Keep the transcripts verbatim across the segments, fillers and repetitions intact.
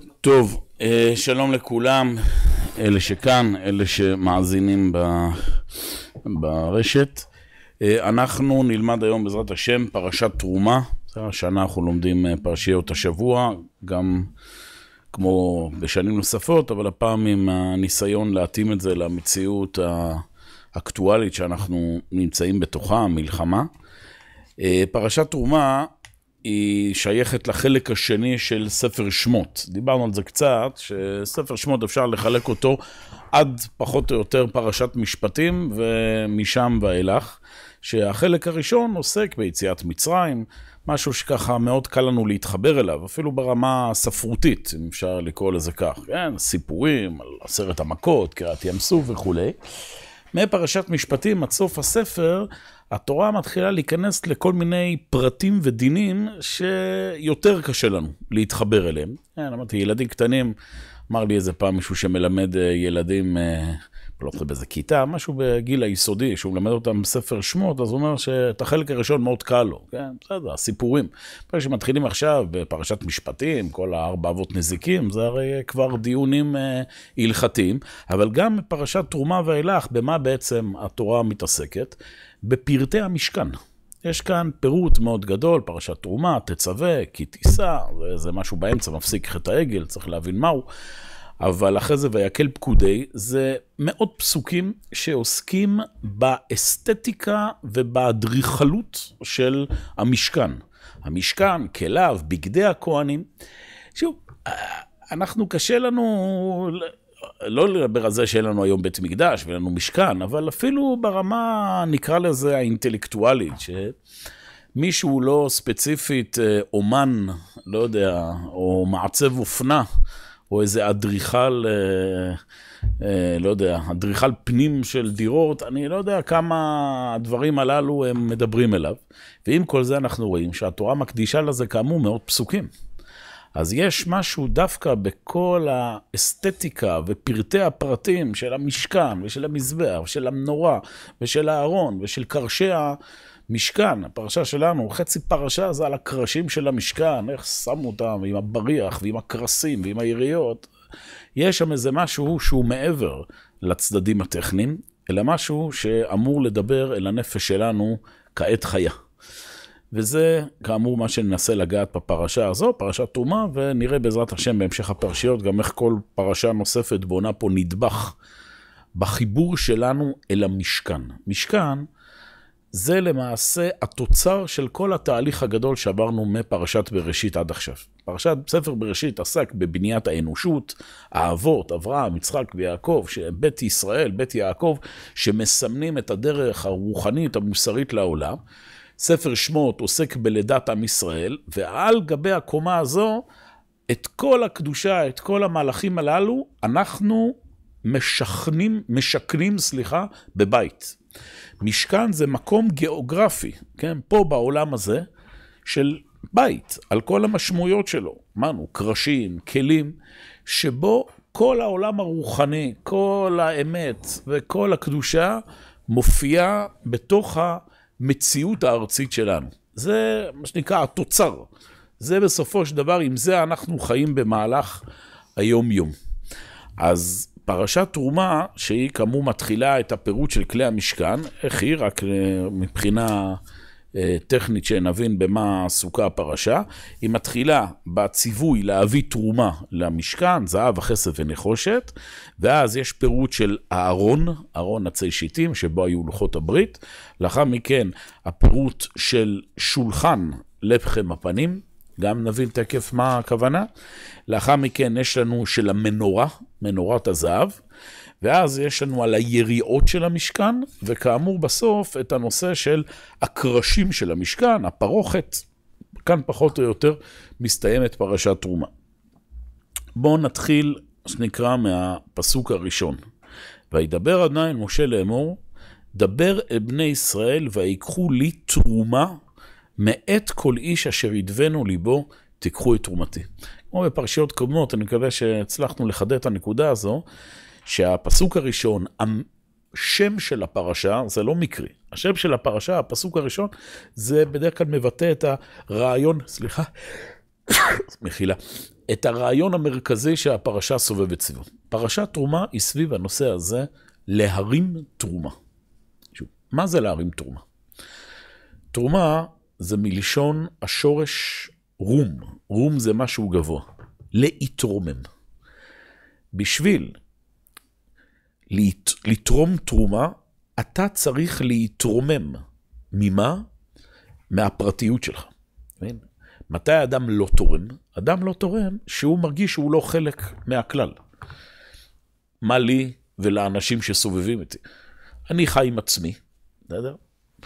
טוב, שלום לכולם, אלה שכאן, אלה שמאזינים ברשת. אנחנו נלמד היום בעזרת השם פרשת תרומה. השנה אנחנו לומדים פרשיות השבוע, גם כמו בשנים נוספות, אבל הפעם עם הניסיון להתאים את זה למציאות האקטואלית שאנחנו נמצאים בתוכה, המלחמה. פרשת תרומה היא שייכת לחלק השני של ספר שמות. דיברנו על זה קצת, שספר שמות אפשר לחלק אותו עד פחות או יותר פרשת משפטים, ומשם ואילך, שהחלק הראשון עוסק ביציאת מצרים, משהו שככה מאוד קל לנו להתחבר אליו, אפילו ברמה ספרותית, אם אפשר לקרוא לזה כך, כן? סיפורים על עשרת המכות, קריעת ים סוף וכו'. מפרשת משפטים עד סוף הספר, התורה מתחילה להיכנס לכל מיני פרטים ודינים שיותר קשה לנו להתחבר אליהם. כן, אמרתי, ילדים קטנים, אמר לי איזה פעם מישהו שמלמד ילדים, לא יודע באיזה כיתה, משהו בגיל היסודי, שהוא מלמד אותם ספר שמות, אז הוא אומר שאת החלק הראשון מאוד קל לו, כן, בסדר, הסיפורים. פעם שמתחילים עכשיו בפרשת משפטים, כל הארבע אבות נזיקים, זה הרי כבר דיונים הלכתיים, אבל גם בפרשת תרומה ואילך, במה בעצם התורה מתעסקת? בפרטי המשכן. יש כאן פירוט מאוד גדול, פרשת תרומה, תצווה, כי תישא, זה, זה משהו באמצע, מפסיק חטא העגל, צריך להבין מהו. אבל אחרי זה ויקל פקודי, זה מאות פסוקים שעוסקים באסתטיקה ובאדריכלות של המשכן. המשכן, כליו, בגדי הכהנים. שוב, אנחנו קשה לנו, לא לדבר על זה שאין לנו היום בית מקדש ואין לנו משכן, אבל אפילו ברמה, נקרא לזה האינטלקטואלית, שמישהו לא ספציפית אומן, לא יודע, או מעצב אופנה, או איזה אדריכל, אה, אה, לא יודע, אדריכל פנים של דירות, אני לא יודע כמה הדברים הללו הם מדברים אליו. ועם כל זה אנחנו רואים שהתורה מקדישה לזה כאמור מאות פסוקים. אז יש משהו דווקא בכל האסתטיקה ופרטי הפרטים של המשכן ושל המזבח ושל המנורה ושל הארון ושל קרשי המשכן. הפרשה שלנו, חצי פרשה זה על הקרשים של המשכן, איך שמו אותם עם הבריח ועם הקרסים ועם היריות. יש שם איזה משהו שהוא מעבר לצדדים הטכניים, אלא משהו שאמור לדבר אל הנפש שלנו כעת חיה. וזה כאמור מה שננסה לגעת בפרשה הזו, פרשת תרומה, ונראה בעזרת השם בהמשך הפרשיות גם איך כל פרשה נוספת בונה פה נדבך בחיבור שלנו אל המשכן. משכן זה למעשה התוצר של כל התהליך הגדול שעברנו מפרשת בראשית עד עכשיו. פרשת ספר בראשית עסק בבניית האנושות, האבות, אברהם, יצחק ויעקב, שבית ישראל, בית יעקב, שמסמנים את הדרך הרוחנית, המוסרית לעולם. ספר שמות עוסק בלידת עם ישראל, ועל גבי הקומה הזו, את כל הקדושה, את כל המהלכים הללו, אנחנו משכנים, משכנים, סליחה, בבית. משכן זה מקום גיאוגרפי, כן? פה בעולם הזה, של בית, על כל המשמעויות שלו. אמרנו, קרשים, כלים, שבו כל העולם הרוחני, כל האמת וכל הקדושה, מופיעה בתוך ה... מציאות הארצית שלנו. זה מה שנקרא התוצר. זה בסופו של דבר, עם זה אנחנו חיים במהלך היום יום. אז פרשת תרומה, שהיא כאמור מתחילה את הפירוט של כלי המשכן, איך היא? רק מבחינה טכנית שנבין במה עסוקה הפרשה, היא מתחילה בציווי להביא תרומה למשכן, זהב, הכסף ונחושת, ואז יש פירוט של הארון, ארון עצי שיטים, שבו היו לוחות הברית, לאחר מכן הפירוט של שולחן לחם הפנים, גם נבין תקף מה הכוונה, לאחר מכן יש לנו של המנורה, מנורת הזהב, ואז יש לנו על היריעות של המשכן, וכאמור בסוף את הנושא של הקרשים של המשכן, הפרוכת, כאן פחות או יותר מסתיימת פרשת תרומה. בואו נתחיל, שנקרא מהפסוק הראשון. וידבר אדוני אל משה לאמור, דבר אל בני ישראל ויקחו לי תרומה, מאת כל איש אשר ידבנו ליבו, תיקחו את תרומתי. כמו בפרשיות קודמות, אני מקווה שהצלחנו לחדד את הנקודה הזו, שהפסוק הראשון, השם של הפרשה, זה לא מקרי. השם של הפרשה, הפסוק הראשון, זה בדרך כלל מבטא את הרעיון, סליחה, מחילה, את הרעיון המרכזי שהפרשה סובבת סביבו. פרשת תרומה היא סביב הנושא הזה, להרים תרומה. שוב, מה זה להרים תרומה? תרומה זה מלשון השורש רום. רום זה משהו גבוה. להתרומם. בשביל לתרום תרומה, אתה צריך להתרומם. ממה? מהפרטיות שלך. מתי האדם לא תורם? אדם לא תורם שהוא מרגיש שהוא לא חלק מהכלל. מה לי ולאנשים שסובבים אותי? אני חי עם עצמי. בסדר?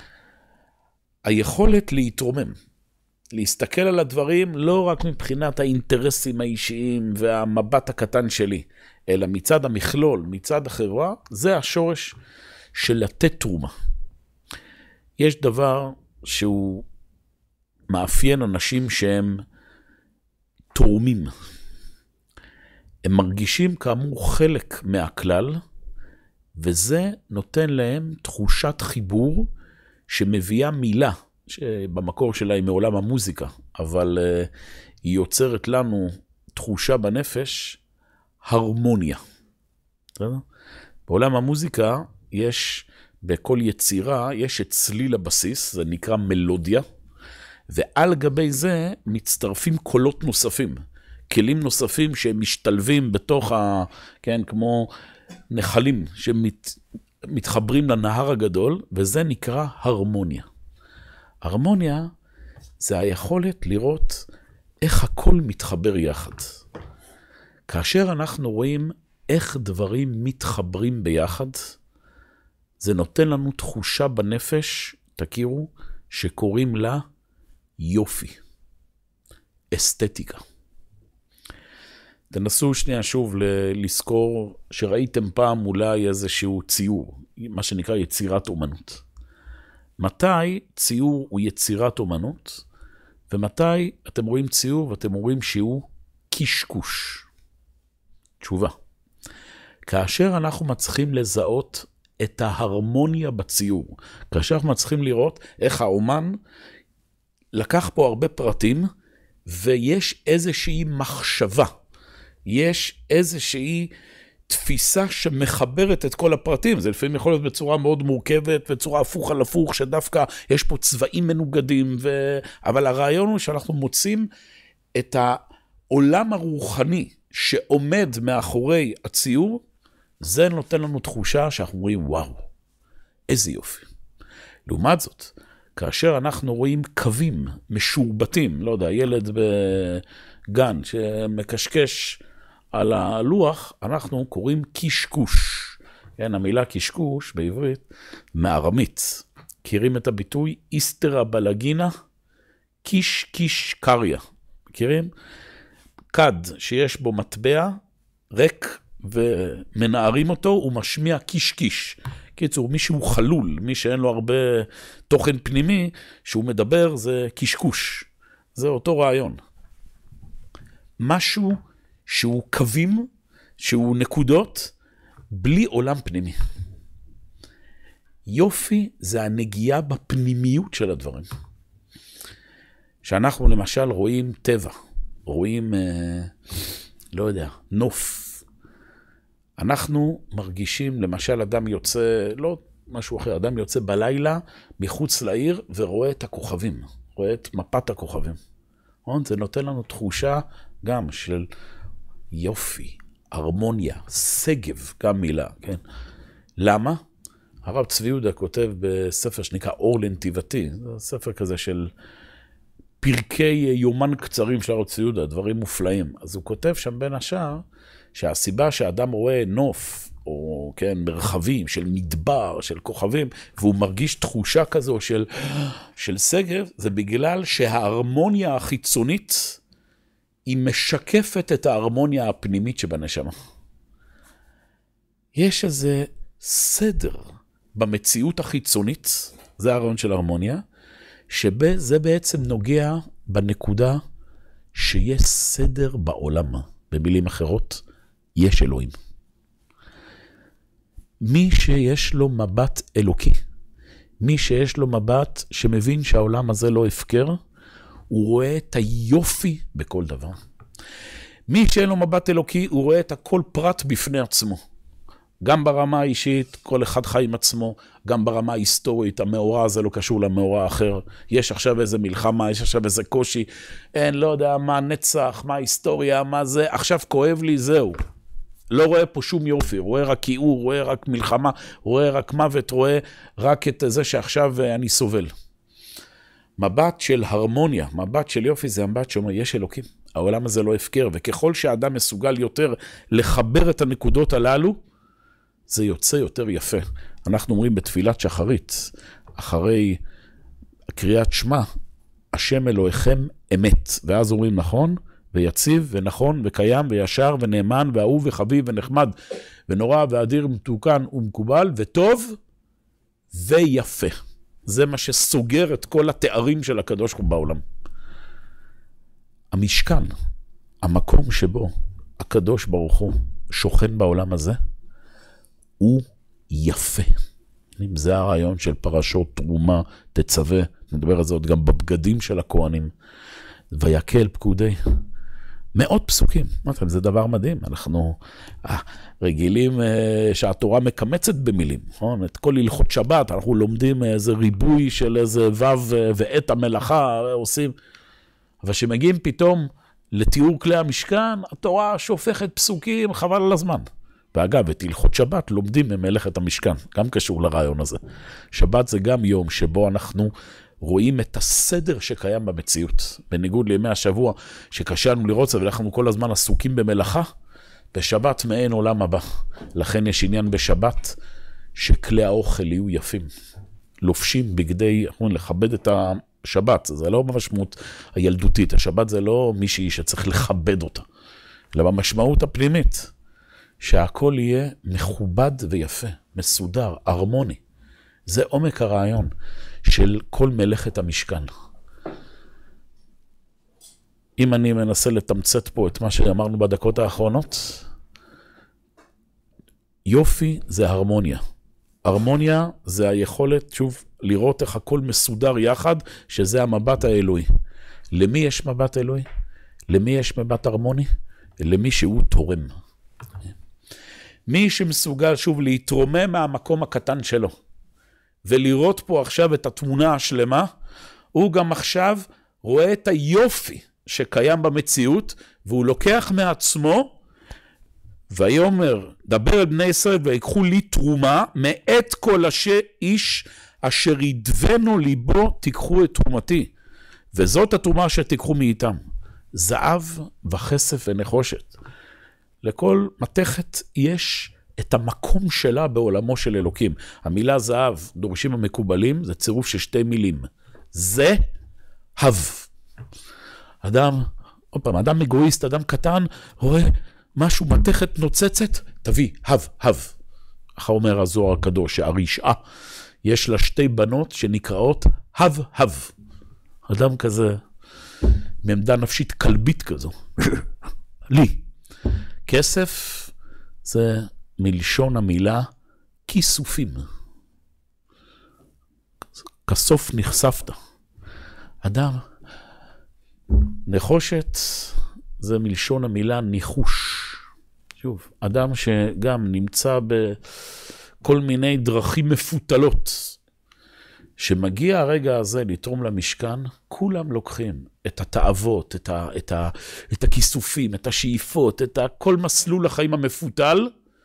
היכולת להתרומם, להסתכל על הדברים לא רק מבחינת האינטרסים האישיים והמבט הקטן שלי, אלא מצד המכלול, מצד החברה, זה השורש של לתת תרומה. יש דבר שהוא מאפיין אנשים שהם תורמים. הם מרגישים כאמור חלק מהכלל, וזה נותן להם תחושת חיבור שמביאה מילה, שבמקור שלה היא מעולם המוזיקה, אבל uh, היא יוצרת לנו תחושה בנפש, הרמוניה. בסדר? בעולם המוזיקה יש, בכל יצירה, יש את צליל הבסיס, זה נקרא מלודיה, ועל גבי זה מצטרפים קולות נוספים, כלים נוספים שמשתלבים בתוך ה... כן, כמו נחלים שמתחברים לנהר הגדול, וזה נקרא הרמוניה. הרמוניה זה היכולת לראות איך הכל מתחבר יחד. כאשר אנחנו רואים איך דברים מתחברים ביחד, זה נותן לנו תחושה בנפש, תכירו, שקוראים לה יופי, אסתטיקה. תנסו שנייה שוב לזכור שראיתם פעם אולי איזשהו ציור, מה שנקרא יצירת אומנות. מתי ציור הוא יצירת אומנות, ומתי אתם רואים ציור ואתם רואים שהוא קשקוש. תשובה. כאשר אנחנו מצליחים לזהות את ההרמוניה בציור, כאשר אנחנו מצליחים לראות איך האומן לקח פה הרבה פרטים, ויש איזושהי מחשבה, יש איזושהי תפיסה שמחברת את כל הפרטים. זה לפעמים יכול להיות בצורה מאוד מורכבת, בצורה הפוך על הפוך, שדווקא יש פה צבעים מנוגדים, ו... אבל הרעיון הוא שאנחנו מוצאים את העולם הרוחני שעומד מאחורי הציור, זה נותן לנו תחושה שאנחנו רואים, וואו, איזה יופי. לעומת זאת, כאשר אנחנו רואים קווים משורבטים, לא יודע, ילד בגן שמקשקש על הלוח, אנחנו קוראים קשקוש. כן, המילה קשקוש בעברית, מארמית. מכירים את הביטוי? איסטרה בלגינה, קיש קיש קריה. מכירים? קד שיש בו מטבע, ריק ומנערים אותו, הוא משמיע קיש קיש. קיצור, מי שהוא חלול, מי שאין לו הרבה תוכן פנימי, שהוא מדבר זה קשקוש. זה אותו רעיון. משהו שהוא קווים, שהוא נקודות, בלי עולם פנימי. יופי זה הנגיעה בפנימיות של הדברים. שאנחנו למשל רואים טבע, רואים, אה, לא יודע, נוף. אנחנו מרגישים, למשל אדם יוצא, לא משהו אחר, אדם יוצא בלילה מחוץ לעיר ורואה את הכוכבים, רואה את מפת הכוכבים. זה נותן לנו תחושה גם של יופי, הרמוניה, סגב, גם מילה, כן? למה? הרב צבי יהודה כותב בספר שנקרא אור לנתיבתי, זה ספר כזה של פרקי יומן קצרים של הרב צבי יהודה, דברים מופלאים. אז הוא כותב שם בין השאר, שהסיבה שהאדם רואה נוף, או כן, מרחבים של מדבר, של כוכבים, והוא מרגיש תחושה כזו של, של סגב, זה בגלל שההרמוניה החיצונית, היא משקפת את ההרמוניה הפנימית שבנשמה. יש איזה סדר במציאות החיצונית, זה הרעיון של ההרמוניה, שזה בעצם נוגע בנקודה שיש סדר בעולם. במילים אחרות, יש אלוהים. מי שיש לו מבט אלוקי, מי שיש לו מבט שמבין שהעולם הזה לא הפקר, הוא רואה את היופי בכל דבר. מי שאין לו מבט אלוקי, הוא רואה את הכל פרט בפני עצמו. גם ברמה האישית, כל אחד חי עם עצמו, גם ברמה ההיסטורית, המאורע הזה לא קשור למאורע אחר. יש עכשיו איזה מלחמה, יש עכשיו איזה קושי, אין, לא יודע מה נצח, מה היסטוריה, מה זה, עכשיו כואב לי, זהו. לא רואה פה שום יופי, רואה רק כיעור, רואה רק מלחמה, רואה רק מוות, רואה רק את זה שעכשיו אני סובל. מבט של הרמוניה, מבט של יופי, זה מבט שאומר, יש אלוקים. העולם הזה לא הפקר, וככל שהאדם מסוגל יותר לחבר את הנקודות הללו, זה יוצא יותר יפה. אנחנו אומרים בתפילת שחרית, אחרי קריאת שמע, השם אלוהיכם אמת. ואז אומרים נכון, ויציב, ונכון, וקיים, וישר, ונאמן, ואהוב, וחביב, ונחמד, ונורא, ואדיר, מתוקן, ומקובל, וטוב, ויפה. זה מה שסוגר את כל התארים של הקדוש ברוך הוא בעולם. המשכן, המקום שבו הקדוש ברוך הוא שוכן בעולם הזה, הוא יפה. אם זה הרעיון של פרשות תרומה, תצווה, נדבר על זה עוד גם בבגדים של הכהנים, ויקל פקודי. מאות פסוקים, זה דבר מדהים, אנחנו רגילים שהתורה מקמצת במילים, את כל הלכות שבת, אנחנו לומדים איזה ריבוי של איזה וו ואת המלאכה עושים, אבל שמגיעים פתאום לתיאור כלי המשכן, התורה שופכת פסוקים חבל על הזמן. ואגב, את הלכות שבת לומדים ממלאכת המשכן, גם קשור לרעיון הזה. שבת זה גם יום שבו אנחנו רואים את הסדר שקיים במציאות. בניגוד לימי השבוע שקשה לנו לראות, ואנחנו כל הזמן עסוקים במלאכה, בשבת מעין עולם הבא. לכן יש עניין בשבת שכלי האוכל יהיו יפים. לובשים בגדי, אנחנו לכבד את השבת, זה לא במשמעות הילדותית. השבת זה לא מישהי שצריך לכבד אותה, אלא במשמעות הפנימית. שהכל יהיה מכובד ויפה, מסודר, הרמוני. זה עומק הרעיון של כל מלאכת המשכן. אם אני מנסה לתמצת פה את מה שאמרנו בדקות האחרונות, יופי זה הרמוניה. הרמוניה זה היכולת, שוב, לראות איך הכל מסודר יחד, שזה המבט האלוהי. למי יש מבט אלוהי? למי יש מבט הרמוני? למי שהוא תורם. מי שמסוגל שוב להתרומם מהמקום הקטן שלו, ולראות פה עכשיו את התמונה השלמה, הוא גם עכשיו רואה את היופי שקיים במציאות, והוא לוקח מעצמו, ויאמר, דבר אל בני ישראל, ויקחו לי תרומה, מאת כל אשר איש אשר ידבנו ליבו, תיקחו את תרומתי. וזאת התרומה שתיקחו מאיתם. זהב וכסף ונחושת. לכל מתכת יש את המקום שלה בעולמו של אלוקים. המילה זהב, דורשים המקובלים, זה צירוף של שתי מילים. זה הב. אדם, עוד פעם, אדם אגואיסט, אדם קטן, רואה משהו מתכת נוצצת, תביא, הב, הב. אחר אומר הזוהר הקדוש, שהרשעה, יש לה שתי בנות שנקראות הב, הב. אדם כזה, מעמדה נפשית כלבית כזו. לי. כסף זה מלשון המילה כיסופים. כסוף נחשפת. אדם, נחושת זה מלשון המילה ניחוש. שוב, אדם שגם נמצא בכל מיני דרכים מפותלות. שמגיע הרגע הזה לתרום למשכן, כולם לוקחים את התאוות, את, ה, את, ה, את הכיסופים, את השאיפות, את כל מסלול החיים המפותל,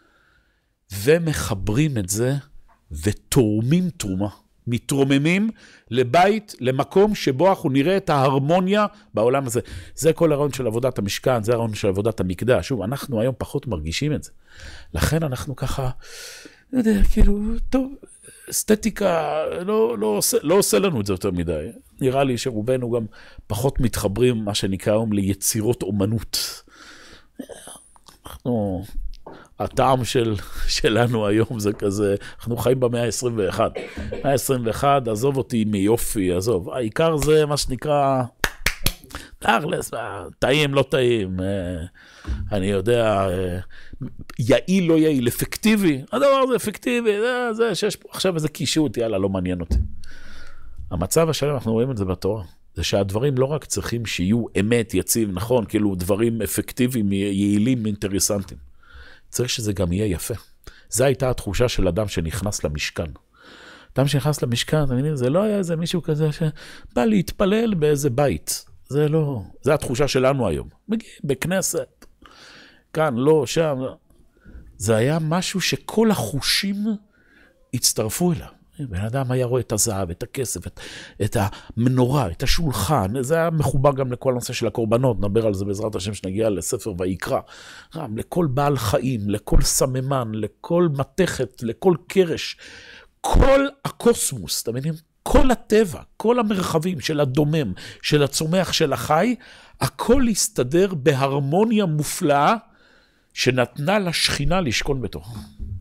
ומחברים את זה ותורמים תרומה. מתרוממים לבית, למקום שבו אנחנו נראה את ההרמוניה בעולם הזה. זה כל הרעיון של עבודת המשכן, זה הרעיון של עבודת המקדש. שוב, אנחנו היום פחות מרגישים את זה. לכן אנחנו ככה, לא יודע, כאילו, טוב, אסתטיקה לא, לא, עושה, לא עושה לנו את זה יותר מדי. נראה לי שרובנו גם פחות מתחברים, מה שנקרא היום, ליצירות אומנות. אנחנו, הטעם של, שלנו היום זה כזה, אנחנו חיים במאה ה-עשרים ואחת. מאה ה-עשרים ואחת, עזוב אותי מיופי, עזוב. העיקר זה מה שנקרא, תכלס, טעים, לא טעים, אני יודע, יעיל, לא יעיל, אפקטיבי, הדבר הזה אפקטיבי, זה, זה שיש פה עכשיו איזה קישוט, יאללה, לא מעניין אותי. המצב השלם, אנחנו רואים את זה בתורה. זה שהדברים לא רק צריכים שיהיו אמת, יציב, נכון, כאילו דברים אפקטיביים, יעילים, אינטרסנטיים. צריך שזה גם יהיה יפה. זו הייתה התחושה של אדם שנכנס למשכן. אדם שנכנס למשכן, זה לא היה איזה מישהו כזה שבא להתפלל באיזה בית. זה לא, זה התחושה שלנו היום. מגיעים בכנסת, כאן, לא, שם. זה היה משהו שכל החושים הצטרפו אליו. בן אדם היה רואה את הזהב, את הכסף, את, את המנורה, את השולחן. זה היה מחובר גם לכל הנושא של הקורבנות. נדבר על זה בעזרת השם שנגיע לספר ויקרא. לכל בעל חיים, לכל סממן, לכל מתכת, לכל קרש. כל הקוסמוס, אתם מבינים? כל הטבע, כל המרחבים של הדומם, של הצומח, של החי, הכל הסתדר בהרמוניה מופלאה שנתנה לשכינה לשכון בתוך.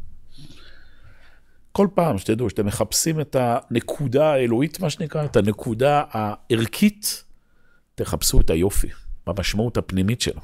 כל פעם שתדעו, שאתם מחפשים את הנקודה האלוהית, מה שנקרא, את הנקודה הערכית, תחפשו את היופי, במשמעות הפנימית שלו.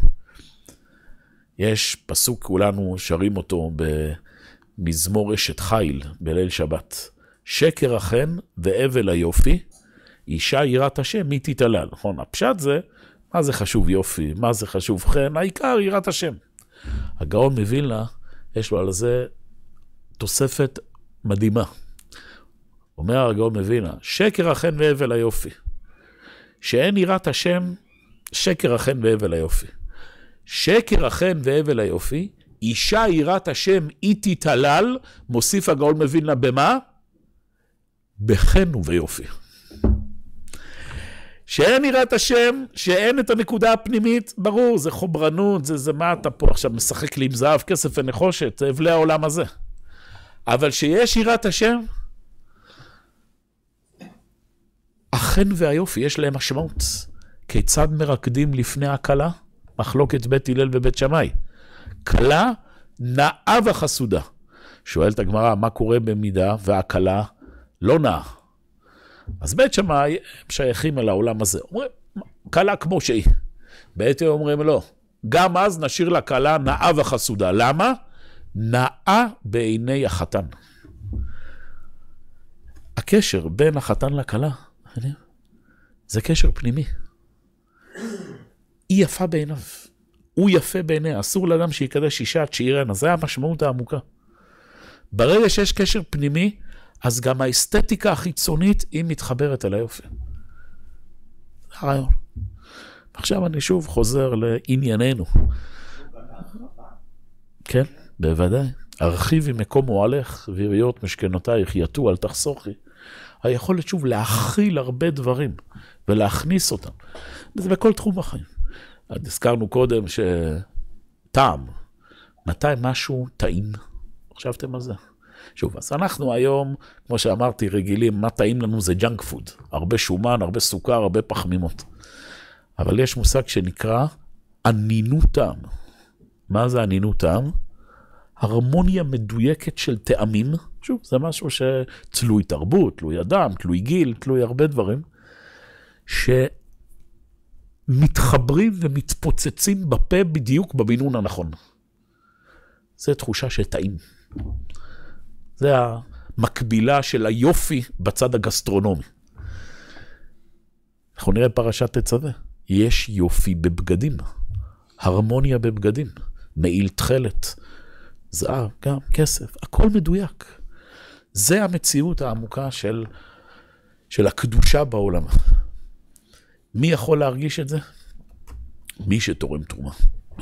יש פסוק, כולנו שרים אותו במזמור אשת חיל, בליל שבת. שקר החן והבל היופי, אישה יראת השם, מי תתעלל. נכון, הפשט זה, מה זה חשוב יופי, מה זה חשוב חן, העיקר יראת השם. הגאון מווילנה, יש לו על זה תוספת מדהימה. אומר הגאון מווילנה, שקר החן והבל היופי. שאין יראת השם, שקר החן והבל היופי. שקר החן והבל היופי, אישה יראת השם, היא תתעלל, מוסיף הגאון מווילנה במה? בחן וביופי. שאין יראת השם, שאין את הנקודה הפנימית, ברור, זה חוברנות, זה, זה מה אתה פה עכשיו משחק לי עם זהב, כסף ונחושת, זה אבלי העולם הזה. אבל שיש יראת השם, החן והיופי, יש להם משמעות. כיצד מרקדים לפני הקלה? מחלוקת בית הלל ובית שמאי. קלה נאה וחסודה. שואלת הגמרא, מה קורה במידה והקלה לא נאה? אז בית שמאי הם שייכים אל העולם הזה. אומרים, קלה כמו שהיא. בית הלל אומרים לא. גם אז נשאיר לה קלה נאה וחסודה. למה? נאה בעיני החתן. הקשר בין החתן לקלה, זה קשר פנימי. היא יפה בעיניו. הוא יפה בעיניה. אסור לאדם שיקדש אישה עד שיראנה. זה המשמעות העמוקה. ברגע שיש קשר פנימי, אז גם האסתטיקה החיצונית היא מתחברת אל היופי. זה הרעיון. עכשיו אני שוב חוזר לענייננו. כן, בוודאי. הרחיבי מקום מועלך, ויריות משכנותייך יתו אל תחסוכי. היכולת שוב להכיל הרבה דברים, ולהכניס אותם. וזה בכל תחום בחיים. הזכרנו קודם שטעם, מתי משהו טעים? חשבתם על זה? שוב, אז אנחנו היום, כמו שאמרתי, רגילים, מה טעים לנו זה ג'אנק פוד. הרבה שומן, הרבה סוכר, הרבה פחמימות. אבל יש מושג שנקרא ענינות טעם. מה זה ענינות טעם? הרמוניה מדויקת של טעמים. שוב, זה משהו שתלוי תרבות, תלוי אדם, תלוי גיל, תלוי הרבה דברים, שמתחברים ומתפוצצים בפה בדיוק במינון הנכון. זה תחושה שטעים. זה המקבילה של היופי בצד הגסטרונומי. אנחנו נראה פרשת תצווה. יש יופי בבגדים, הרמוניה בבגדים, מעיל תחלת, זהב, גם כסף, הכל מדויק. זה המציאות העמוקה של, של הקדושה בעולם. מי יכול להרגיש את זה? מי שתורם תרומה.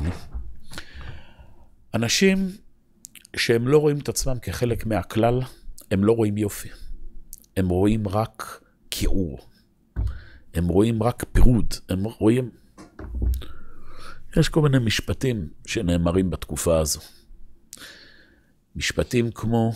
אנשים שהם לא רואים את עצמם כחלק מהכלל, הם לא רואים יופי. הם רואים רק כיעור. הם רואים רק פירוד. הם רואים... יש כל מיני משפטים שנאמרים בתקופה הזו. משפטים כמו,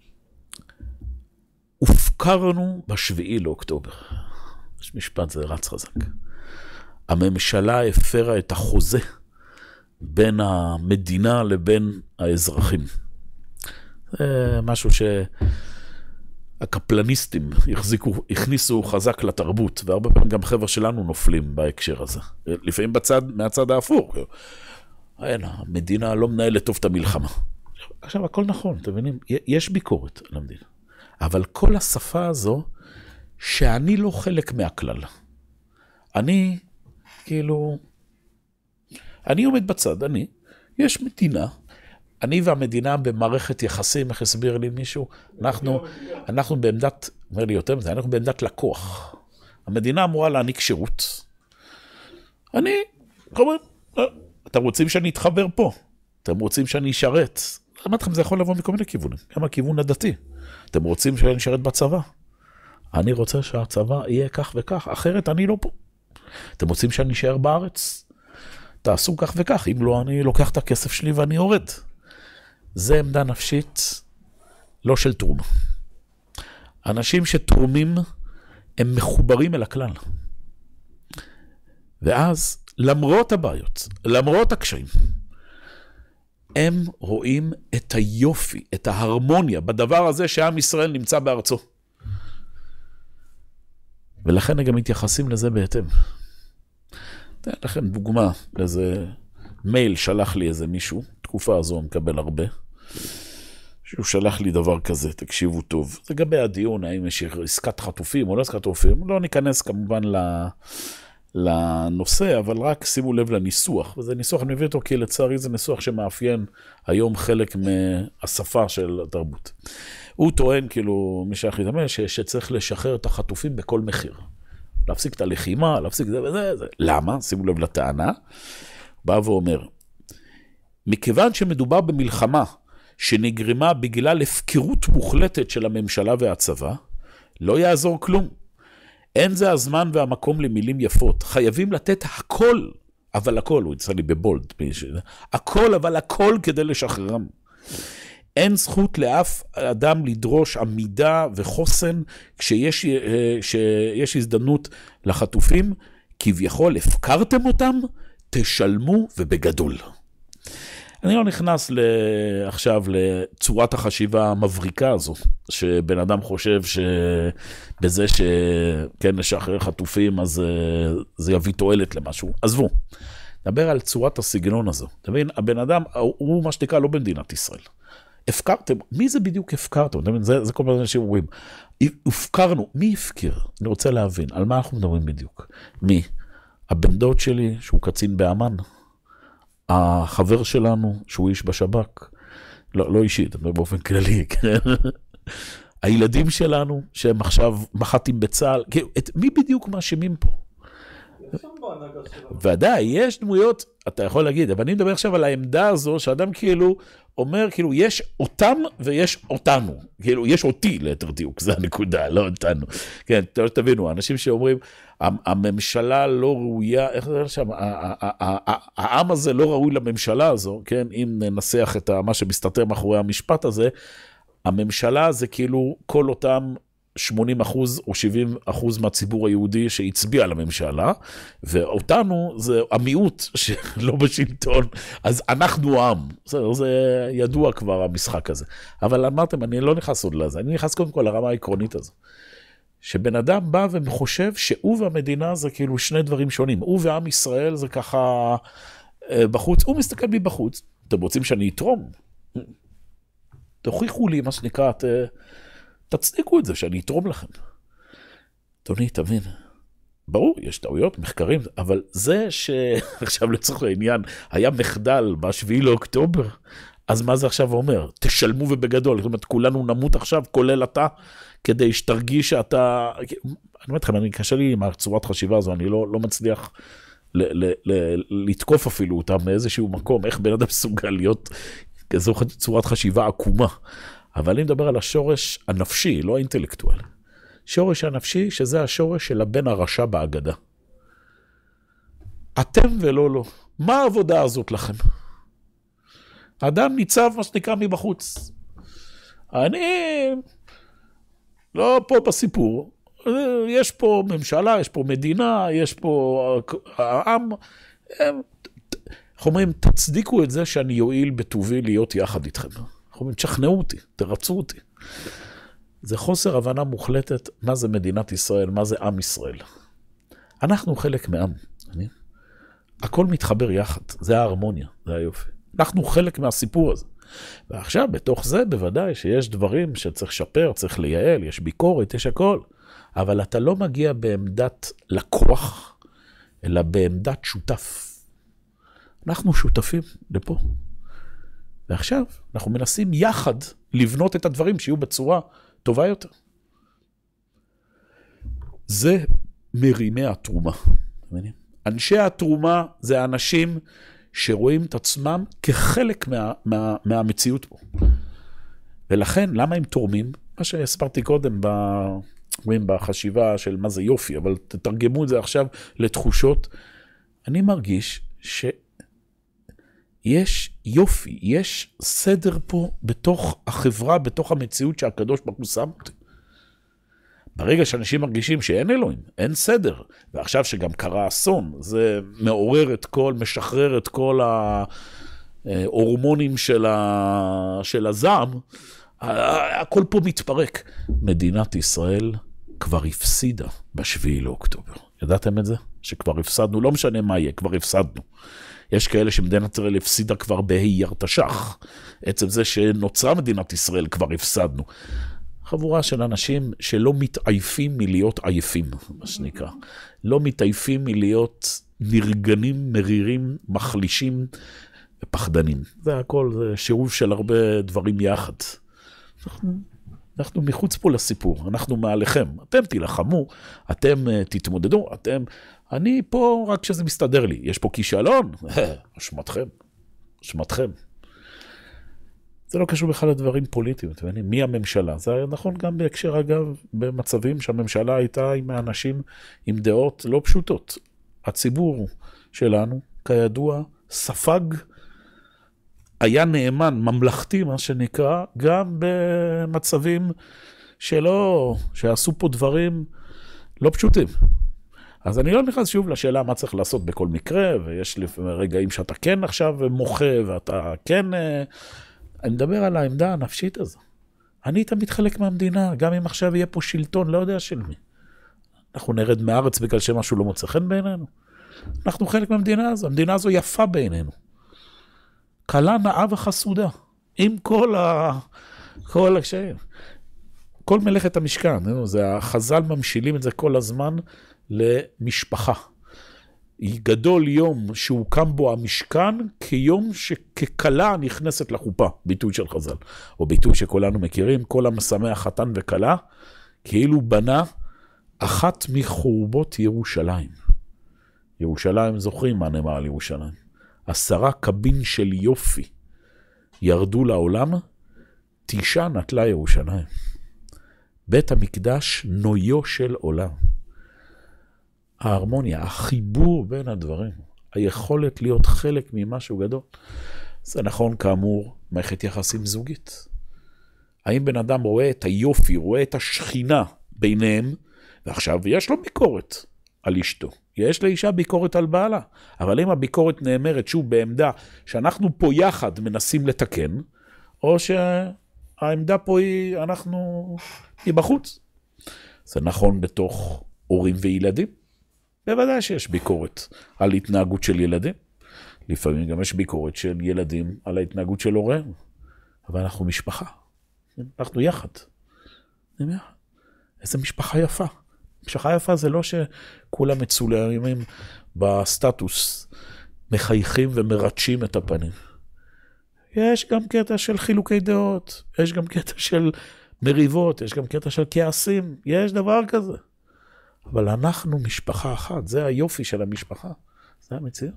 הופקרנו בשביעי לאוקטובר. יש משפט, זה רץ חזק. הממשלה הפרה את החוזה בין המדינה לבין האזרחים. זה משהו שהקפלניסטים החזיקו, הכניסו חזק לתרבות, והרבה פעמים גם חבר'ה שלנו נופלים בהקשר הזה. לפעמים בצד, מהצד האפור. אין, המדינה לא מנהלת טוב את המלחמה. עכשיו, הכל נכון, אתם מבינים? יש ביקורת על המדינה. אבל כל השפה הזו, שאני לא חלק מהכלל. אני, כאילו, אני עומד בצד, אני, יש מדינה, אני והמדינה במערכת יחסים, איך הסביר לי מישהו, אנחנו, אנחנו בעמדת, אומר לי יותר מזה, אנחנו בעמדת לקוח. המדינה אמורה להעניק שירות. אני, כלומר, אתם רוצים שאני אתחבר פה, אתם רוצים שאני אשרת. אמרתי לכם, זה יכול לבוא מכל מיני כיוונים, גם הכיוון הדתי. אתם רוצים שאני אשרת בצבא? אני רוצה שהצבא יהיה כך וכך, אחרת אני לא פה. אתם רוצים שאני אשאר בארץ? תעשו כך וכך, אם לא, אני לוקח את הכסף שלי ואני יורד. זה עמדה נפשית, לא של תרומה. אנשים שתרומים, הם מחוברים אל הכלל. ואז, למרות הבעיות, למרות הקשיים, הם רואים את היופי, את ההרמוניה, בדבר הזה שעם ישראל נמצא בארצו. ולכן הם גם מתייחסים לזה בהתאם. לכן דוגמה, איזה מייל שלח לי איזה מישהו, תקופה הזו הוא מקבל הרבה, שהוא שלח לי דבר כזה, תקשיבו טוב. זה גבי הדיון, האם יש עסקת חטופים או לא עסקת חטופים, לא ניכנס כמובן לנושא, אבל רק שימו לב לניסוח, וזה ניסוח, אני מביא אותו כי לצערי זה ניסוח שמאפיין היום חלק מהשפה של התרבות. הוא טוען, כאילו, מי שהכי דמה, שצריך לשחרר את החטופים בכל מחיר. להפסיק את הלחימה, להפסיק זה וזה, זה. למה? שימו לב לטענה. בא ואומר, מכיוון שמדובר במלחמה שנגרמה בגלל הפקרות מוחלטת של הממשלה והצבא, לא יעזור כלום. אין זה הזמן והמקום למילים יפות. חייבים לתת הכל, אבל הכל, הוא יצא לי בבולד, הכל, אבל הכל כדי לשחררם. אין זכות לאף אדם לדרוש עמידה וחוסן כשיש שיש הזדמנות לחטופים, כביכול הפקרתם אותם, תשלמו ובגדול. אני לא נכנס עכשיו לצורת החשיבה המבריקה הזו, שבן אדם חושב שבזה שכן נשחרר חטופים, אז זה יביא תועלת למשהו. עזבו, נדבר על צורת הסגנון הזו. תבין, הבן אדם הוא מה שנקרא לא במדינת ישראל. הפקרתם, מי זה בדיוק הפקרתם? זה, זה כל מיני אנשים אומרים. הפקרנו, מי הפקיר? אני רוצה להבין, על מה אנחנו מדברים בדיוק? מי? הבן דוד שלי, שהוא קצין באמן, החבר שלנו, שהוא איש בשב"כ, לא, לא אישית, באופן כללי, כן? הילדים שלנו, שהם עכשיו מח"טים בצה"ל, את מי בדיוק מאשימים פה? ודאי, יש דמויות, אתה יכול להגיד, אבל אני מדבר עכשיו על העמדה הזו, שאדם כאילו אומר, כאילו, יש אותם ויש אותנו. כאילו, יש אותי ליתר דיוק, זה הנקודה, לא אותנו. כן, תבינו, אנשים שאומרים, הממשלה לא ראויה, איך זה שם, העם הזה לא ראוי לממשלה הזו, כן, אם ננסח את מה שמסתתר מאחורי המשפט הזה, הממשלה זה כאילו כל אותם שמונים אחוז או שבעים אחוז מהציבור היהודי שהצביע לממשלה, ואותנו זה המיעוט שלא בשלטון, אז אנחנו עם. זה, זה ידוע כבר המשחק הזה. אבל אמרתם, אני לא נכנס עוד לזה, אני נכנס קודם כל לרמה העקרונית הזו. שבן אדם בא וחושב שהוא והמדינה זה כאילו שני דברים שונים. הוא ועם ישראל זה ככה בחוץ, הוא מסתכל בי בחוץ. אתם רוצים שאני אתרום? תוכיחו לי מה שנקרא, ת... תצדיקו את זה, שאני אתרום לכם. אדוני, תבין, ברור, יש טעויות, מחקרים, אבל זה שעכשיו לצורך העניין היה מחדל בשביעי לאוקטובר, אז מה זה עכשיו אומר? תשלמו ובגדול, זאת אומרת, כולנו נמות עכשיו, כולל אתה, כדי שתרגיש שאתה... אני אומר לכם, אני קשה לי עם הצורת חשיבה הזו, אני לא, לא מצליח ל- ל- ל- לתקוף אפילו אותה מאיזשהו מקום, איך בן אדם מסוגל להיות כזו צורת חשיבה עקומה. אבל אני מדבר על השורש הנפשי, לא האינטלקטואלי. שורש הנפשי, שזה השורש של הבן הרשע בהגדה. אתם ולא לא. מה העבודה הזאת לכם? האדם ניצב, מה שנקרא, מבחוץ. אני לא פה בסיפור. יש פה ממשלה, יש פה מדינה, יש פה העם. איך אומרים, תצדיקו את זה שאני יועיל בטובי להיות יחד איתכם. תשכנעו אותי, תרצו אותי. זה חוסר הבנה מוחלטת מה זה מדינת ישראל, מה זה עם ישראל. אנחנו חלק מעם. אני... הכל מתחבר יחד, זה ההרמוניה, זה היופי. אנחנו חלק מהסיפור הזה. ועכשיו, בתוך זה בוודאי שיש דברים שצריך לשפר, צריך לייעל, יש ביקורת, יש הכל. אבל אתה לא מגיע בעמדת לקוח, אלא בעמדת שותף. אנחנו שותפים לפה. ועכשיו אנחנו מנסים יחד לבנות את הדברים שיהיו בצורה טובה יותר. זה מרימי התרומה. אנשי התרומה זה האנשים שרואים את עצמם כחלק מה, מה, מהמציאות פה. ולכן, למה הם תורמים? מה שהסברתי קודם בחשיבה של מה זה יופי, אבל תתרגמו את זה עכשיו לתחושות. אני מרגיש שיש יופי, יש סדר פה בתוך החברה, בתוך המציאות שהקדוש ברוך הוא שם אותי. ברגע שאנשים מרגישים שאין אלוהים, אין סדר, ועכשיו שגם קרה אסון, זה מעורר את כל, משחרר את כל ההורמונים של, ה... של הזעם, הכל פה מתפרק. מדינת ישראל כבר הפסידה בשביעי לאוקטובר. ידעתם את זה? שכבר הפסדנו, לא משנה מה יהיה, כבר הפסדנו. יש כאלה שמדינת ישראל הפסידה כבר בהייר תש"ח. עצם זה שנוצרה מדינת ישראל כבר הפסדנו. חבורה של אנשים שלא מתעייפים מלהיות עייפים, מה שנקרא. לא מתעייפים מלהיות נרגנים, מרירים, מחלישים ופחדנים. זה הכל, זה שירוב של הרבה דברים יחד. אנחנו, אנחנו מחוץ פה לסיפור, אנחנו מעליכם. אתם תילחמו, אתם תתמודדו, אתם... אני פה רק שזה מסתדר לי. יש פה כישלון? אשמתכם, אשמתכם. זה לא קשור בכלל לדברים פוליטיים, אתם יודעים, מי הממשלה? זה נכון גם בהקשר, אגב, במצבים שהממשלה הייתה עם האנשים עם דעות לא פשוטות. הציבור שלנו, כידוע, ספג, היה נאמן, ממלכתי, מה שנקרא, גם במצבים שלא, שעשו פה דברים לא פשוטים. אז אני לא נכנס שוב לשאלה מה צריך לעשות בכל מקרה, ויש לי רגעים שאתה כן עכשיו מוחה, ואתה כן... אני מדבר על העמדה הנפשית הזו. אני תמיד חלק מהמדינה, גם אם עכשיו יהיה פה שלטון, לא יודע של מי. אנחנו נרד מארץ בגלל שמשהו לא מוצא חן בעינינו. אנחנו חלק מהמדינה הזו, המדינה הזו יפה בעינינו. קלה נאה וחסודה, עם כל ה... כל הקשיים. כל מלאכת המשכן, זה החז"ל ממשילים את זה כל הזמן למשפחה. גדול יום שהוקם בו המשכן כיום שכקלה נכנסת לחופה, ביטוי של חז"ל, או ביטוי שכולנו מכירים, כל המשמח חתן וקלה, כאילו בנה אחת מחורבות ירושלים. ירושלים, זוכרים מה נאמר על ירושלים? עשרה קבין של יופי ירדו לעולם, תשעה נטלה ירושלים. בית המקדש נויו של עולם. ההרמוניה, החיבור בין הדברים, היכולת להיות חלק ממשהו גדול. זה נכון כאמור, מערכת יחסים זוגית. האם בן אדם רואה את היופי, רואה את השכינה ביניהם, ועכשיו יש לו ביקורת על אשתו. יש לאישה ביקורת על בעלה. אבל אם הביקורת נאמרת שוב בעמדה שאנחנו פה יחד מנסים לתקן, או שהעמדה פה היא, אנחנו, היא בחוץ. זה נכון בתוך הורים וילדים. בוודאי שיש ביקורת על התנהגות של ילדים. לפעמים גם יש ביקורת של ילדים על ההתנהגות של הוריהם. אבל אנחנו משפחה. אנחנו יחד. איזה משפחה יפה. משפחה יפה זה לא שכולם מצולמים בסטטוס, מחייכים ומרצ'ים את הפנים. יש גם קטע של חילוקי דעות, יש גם קטע של מריבות, יש גם קטע של כעסים, יש דבר כזה. אבל אנחנו משפחה אחת, זה היופי של המשפחה, זה המציאות.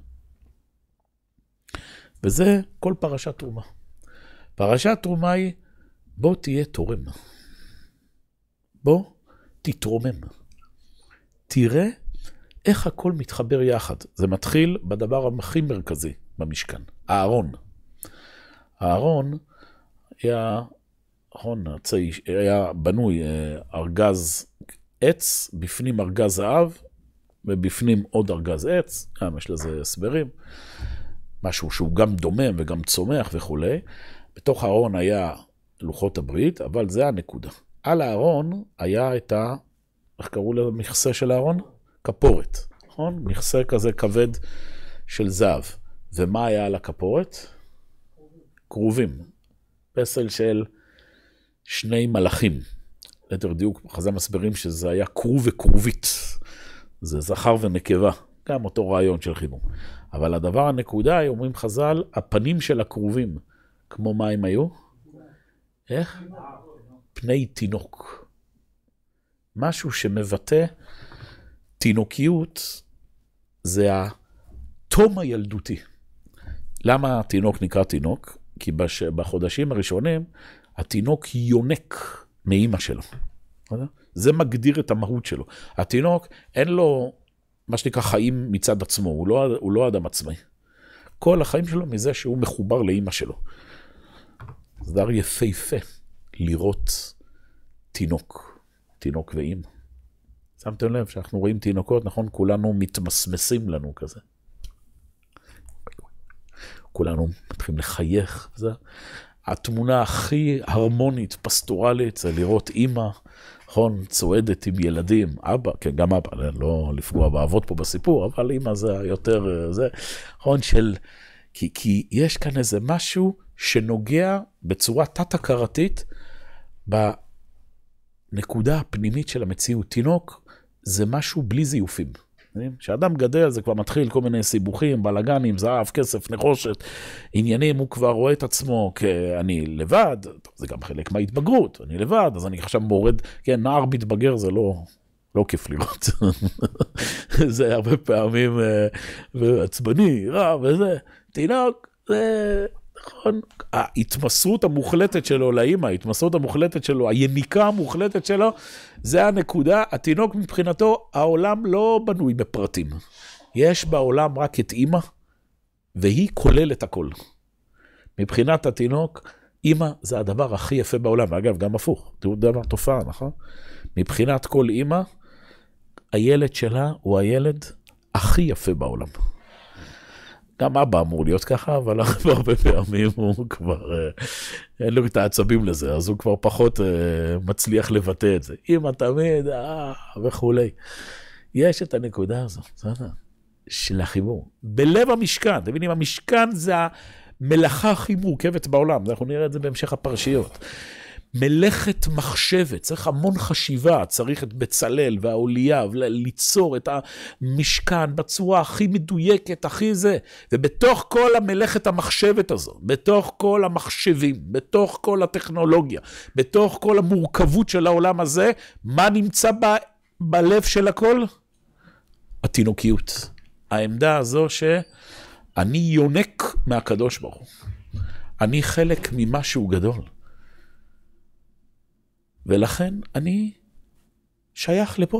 וזה כל פרשת תרומה. פרשת תרומה היא, בוא תהיה תורם. בוא תתרומם. תראה איך הכל מתחבר יחד. זה מתחיל בדבר הכי מרכזי במשכן, הארון. הארון היה, הארון היה בנוי ארגז עץ, בפנים ארגז זהב, ובפנים עוד ארגז עץ, גם יש לזה הסברים, משהו שהוא גם דומם וגם צומח וכו'. בתוך הארון היה לוחות הברית, אבל זה הנקודה. על הארון היה את ה... איך קראו למכסה של הארון? כפורת, נכון? מכסה כזה כבד של זהב. ומה היה על הכפורת? קרובים. פסל של שני מלאכים. ליתר דיוק, חז"ל מסבירים שזה היה קרוב וקרובית. זה זכר ונקבה. גם אותו רעיון של חימום. אבל הדבר הנקודה, אומרים חז"ל, הפנים של הקרובים, כמו מה הם היו? איך? פני תינוק. משהו שמבטא תינוקיות, זה התום הילדותי. למה התינוק נקרא תינוק? כי בחודשים הראשונים, התינוק יונק מאמא שלו. זה מגדיר את המהות שלו. התינוק, אין לו מה שנקרא חיים מצד עצמו, הוא לא, הוא לא אדם עצמאי. כל החיים שלו מזה שהוא מחובר לאמא שלו. זה דבר יפהפה לראות תינוק, תינוק ואמא. שמתם לב שאנחנו רואים תינוקות, נכון? כולנו מתמסמסים לנו כזה. כולנו מתחילים לחייך. זה. התמונה הכי הרמונית, פסטורלית, זה לראות אמא, נכון, צועדת עם ילדים, אבא, כן, גם אבא, לא לפגוע באבות פה בסיפור, אבל אמא זה יותר, זה, נכון, של, כי, כי יש כאן איזה משהו שנוגע בצורה תת-הכרתית, בנקודה הפנימית של המציאות. תינוק זה משהו בלי זיופים. כשאדם גדל זה כבר מתחיל כל מיני סיבוכים, בלגנים, זהב, כסף, נחושת, עניינים, הוא כבר רואה את עצמו כאני לבד, זה גם חלק מההתבגרות, אני לבד, אז אני עכשיו מורד, כן, נער מתבגר זה לא, לא כיף לראות. זה הרבה פעמים עצבני, רע וזה, תינוק, זה נכון, ההתמסרות המוחלטת שלו לאמא, ההתמסרות המוחלטת שלו, היניקה המוחלטת שלו, זה הנקודה. התינוק מבחינתו, העולם לא בנוי בפרטים. יש בעולם רק את אמא, והיא כוללת הכל. מבחינת התינוק, אמא זה הדבר הכי יפה בעולם, ואגב, גם הפוך, תראו דבר תופעה, נכון? מבחינת כל אמא, הילד שלה הוא הילד הכי יפה בעולם. גם אבא אמור להיות ככה, אבל הרבה פעמים הוא כבר, אין לו את העצבים לזה, אז הוא כבר פחות מצליח לבטא את זה. אמא תמיד, אה, וכולי. יש את הנקודה הזו, של החיבור. בלב המשכן, אתם מבינים, המשכן זה המלאכה הכי מורכבת בעולם, אנחנו נראה את זה בהמשך הפרשיות. מלאכת מחשבת, צריך המון חשיבה, צריך את בצלאל והאוליה, ליצור את המשכן בצורה הכי מדויקת, הכי זה, ובתוך כל המלאכת המחשבת הזו, בתוך כל המחשבים, בתוך כל הטכנולוגיה, בתוך כל המורכבות של העולם הזה, מה נמצא ב, בלב של הכל? התינוקיות. העמדה הזו שאני יונק מהקדוש ברוך הוא. אני חלק ממשהו גדול. ולכן אני שייך לפה.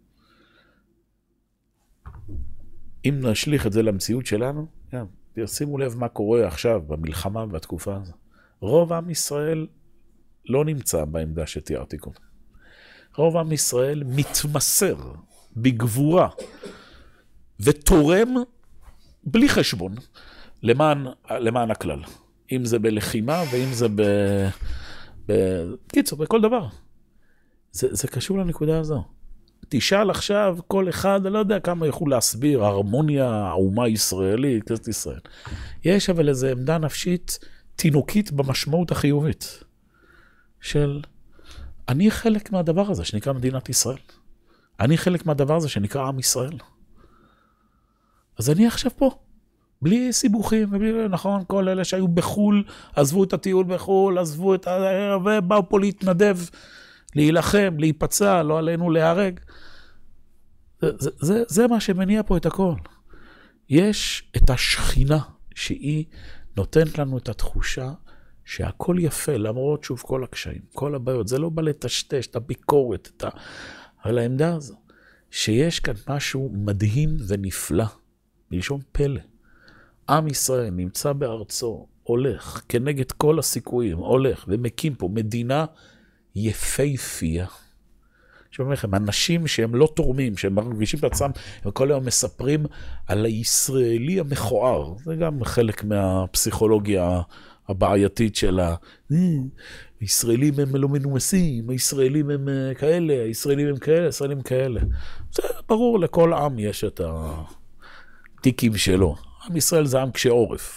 אם נשליך את זה למציאות שלנו, גם, תשימו לב מה קורה עכשיו במלחמה בתקופה הזו. רוב עם ישראל לא נמצא בעמדה שתיארתי קודם. רוב עם ישראל מתמסר בגבורה ותורם בלי חשבון למען, למען הכלל. אם זה בלחימה ואם זה ב... בקיצור, בכל דבר. זה, זה קשור לנקודה הזו. תשאל עכשיו כל אחד, אני לא יודע כמה יכול להסביר, הרמוניה, האומה הישראלית, כנסת ישראל. יש אבל איזו עמדה נפשית תינוקית במשמעות החיובית. של, אני חלק מהדבר הזה שנקרא מדינת ישראל. אני חלק מהדבר הזה שנקרא עם ישראל. אז אני עכשיו פה. בלי סיבוכים, ובלי, נכון, כל אלה שהיו בחול, עזבו את הטיול בחול, עזבו את ה... ובאו פה להתנדב, להילחם, להיפצע, לא עלינו להיהרג. זה, זה, זה, זה מה שמניע פה את הכל. יש את השכינה, שהיא נותנת לנו את התחושה שהכל יפה, למרות שוב כל הקשיים, כל הבעיות, זה לא בא לטשטש, את הביקורת, את ה... על העמדה הזו, שיש כאן משהו מדהים ונפלא, בלשון פלא. עם ישראל נמצא בארצו, הולך כנגד כל הסיכויים, הולך ומקים פה מדינה יפהפייה. שאומר לכם, אנשים שהם לא תורמים, שהם מרגישים את עצמם, הם כל היום מספרים על הישראלי המכוער. זה גם חלק מהפסיכולוגיה הבעייתית של הישראלים הם לא מנומסים, הישראלים הם כאלה, הישראלים הם כאלה, הישראלים כאלה. זה ברור, לכל עם יש את הטיקים שלו. עם ישראל זה עם קשה עורף.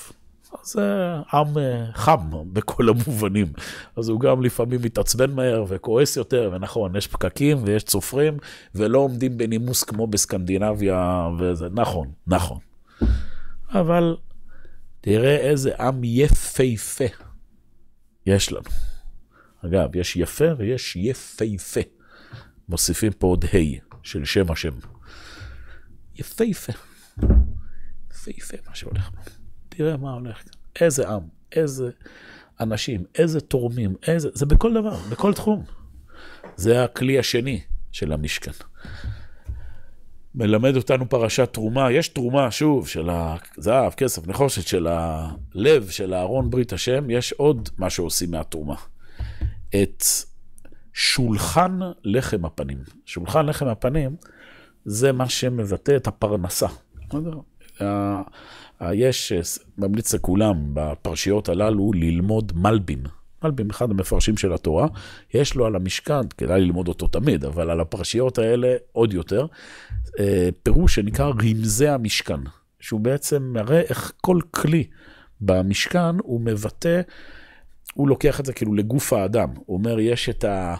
אז זה עם חם בכל המובנים. אז הוא גם לפעמים מתעצבן מהר וכועס יותר, ונכון, יש פקקים ויש צופרים, ולא עומדים בנימוס כמו בסקנדינביה, וזה נכון, נכון. אבל תראה איזה עם יפהפה יש לנו. אגב, יש יפה ויש יפהפה. מוסיפים פה עוד ה' של שם השם. יפהפה. יפהפה מה שהולך פה. תראה מה הולך. איזה עם, איזה אנשים, איזה תורמים, איזה... זה בכל דבר, בכל תחום. זה הכלי השני של המשכן. מלמד אותנו פרשת תרומה. יש תרומה, שוב, של הזהב, כסף, נחושת, של הלב, של הארון ברית השם. יש עוד מה שעושים מהתרומה. את שולחן לחם הפנים. שולחן לחם הפנים זה מה שמבטא את הפרנסה. יש, ממליץ לכולם בפרשיות הללו ללמוד מלבים. מלבים, אחד המפרשים של התורה, יש לו על המשכן, כדאי ללמוד אותו תמיד, אבל על הפרשיות האלה עוד יותר, פירוש שנקרא רמזי המשכן, שהוא בעצם מראה איך כל כלי במשכן הוא מבטא, הוא לוקח את זה כאילו לגוף האדם. הוא אומר, יש את ה...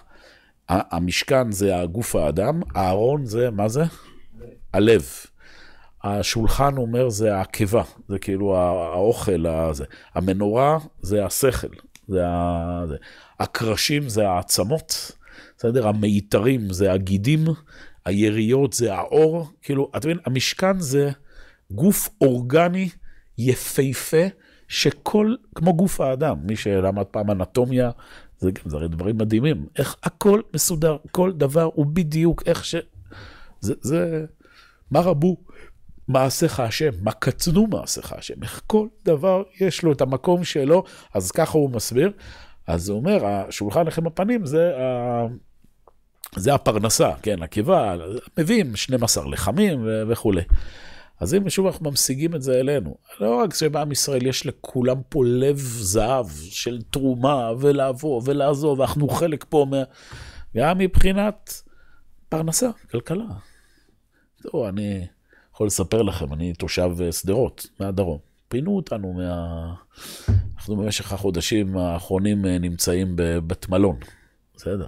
המשכן זה הגוף האדם, הארון זה, מה זה? הלב. השולחן אומר זה העקבה, זה כאילו האוכל הזה. המנורה זה השכל, זה ה... זה. הקרשים זה העצמות, בסדר? המיתרים זה הגידים, היריות זה האור, כאילו, אתה מבין, המשכן זה גוף אורגני יפהפה, שכל, כמו גוף האדם, מי שלמד פעם אנטומיה, זה, זה הרי דברים מדהימים, איך הכל מסודר, כל דבר הוא בדיוק איך ש... זה, זה, מה רבו מעשיך השם, מה קצנו מעשיך השם, איך כל דבר יש לו את המקום שלו, אז ככה הוא מסביר, אז הוא אומר, השולחן לחם הפנים זה, ה... זה הפרנסה, כן, הקיבה, מביאים שנים עשר לחמים ו... וכו'. אז אם שוב אנחנו ממשיגים את זה אלינו, לא רק שבעם ישראל יש לכולם פה לב זהב של תרומה ולעבור ולעזור, ואנחנו חלק פה מה... גם מבחינת פרנסה, כלכלה. זהו, אני יכול לספר לכם, אני תושב סדרות מהדרום. פינו אותנו מה... אנחנו במשך החודשים האחרונים נמצאים בבית מלון. בסדר.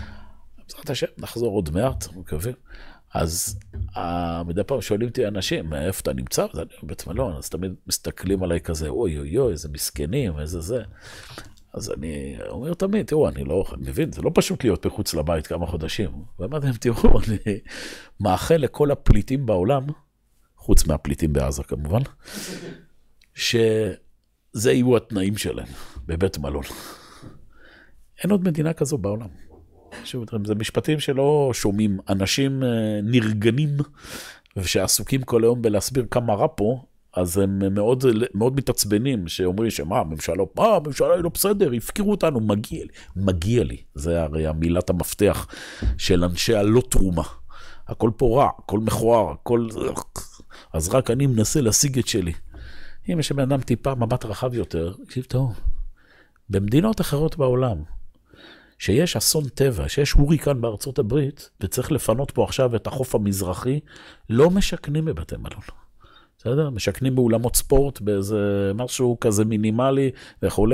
בעזרת השם, נחזור עוד מעט, מקווים. אז מדי פעם שואלים אותי אנשים, איפה אתה נמצא? אז אני בבית מלון, אז תמיד מסתכלים עליי כזה, אוי אוי אוי, איזה מסכנים, איזה זה. אז אני אומר תמיד, תראו, אני לא אני מבין, זה לא פשוט להיות מחוץ לבית כמה חודשים. ואמרתי להם, תראו, אני מאחל לכל הפליטים בעולם, חוץ מהפליטים בעזה כמובן, שזה יהיו התנאים שלהם בבית מלון. אין עוד מדינה כזו בעולם. זה משפטים שלא שומעים, אנשים נרגנים ושעסוקים כל היום בלהסביר כמה רע פה, אז הם מאוד, מאוד מתעצבנים, שאומרים שמה, הממשלה, מה, הממשלה היא לא בסדר, הפקירו אותנו, מגיע לי, מגיע לי, זה הרי המילת המפתח של אנשי הלא תרומה, הכל פה רע, הכל מכוער, הכל, אז רק אני מנסה להשיג את שלי. אם יש בן אדם טיפה מבט רחב יותר, תקשיב טוב, במדינות אחרות בעולם, שיש אסון טבע, שיש הוריקן בארצות הברית, וצריך לפנות פה עכשיו את החוף המזרחי, לא משכנים בבתי מלון. בסדר? משכנים באולמות ספורט, באיזה משהו כזה מינימלי וכו'.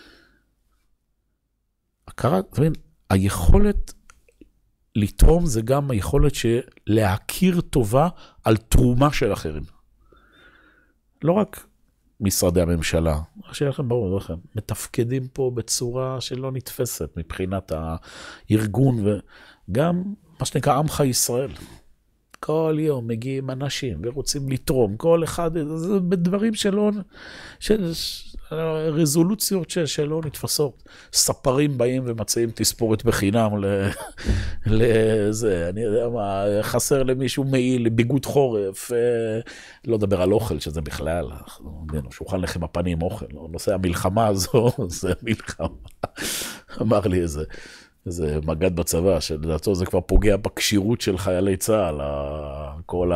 הכרה, אתה מבין, היכולת לתרום זה גם היכולת של להכיר טובה על תרומה של אחרים. לא רק משרדי הממשלה, שיהיה לכם ברור, לכם, מתפקדים פה בצורה שלא נתפסת מבחינת הארגון, וגם מה שנקרא עמך ישראל. כל יום מגיעים אנשים ורוצים לתרום, כל אחד, זה בדברים שלא, של, רזולוציות של, שלא נתפסות. ספרים באים ומציעים תספורת בחינם לזה, אני יודע מה, חסר למישהו מעיל, ביגוד חורף, לא דבר על אוכל, שזה בכלל, שולחן לחם הפנים אוכל, נושא המלחמה הזו, זה מלחמה. אמר לי איזה, איזה מגד בצבא, שלדעתו זה כבר פוגע בקשירות של חיילי צה"ל, כל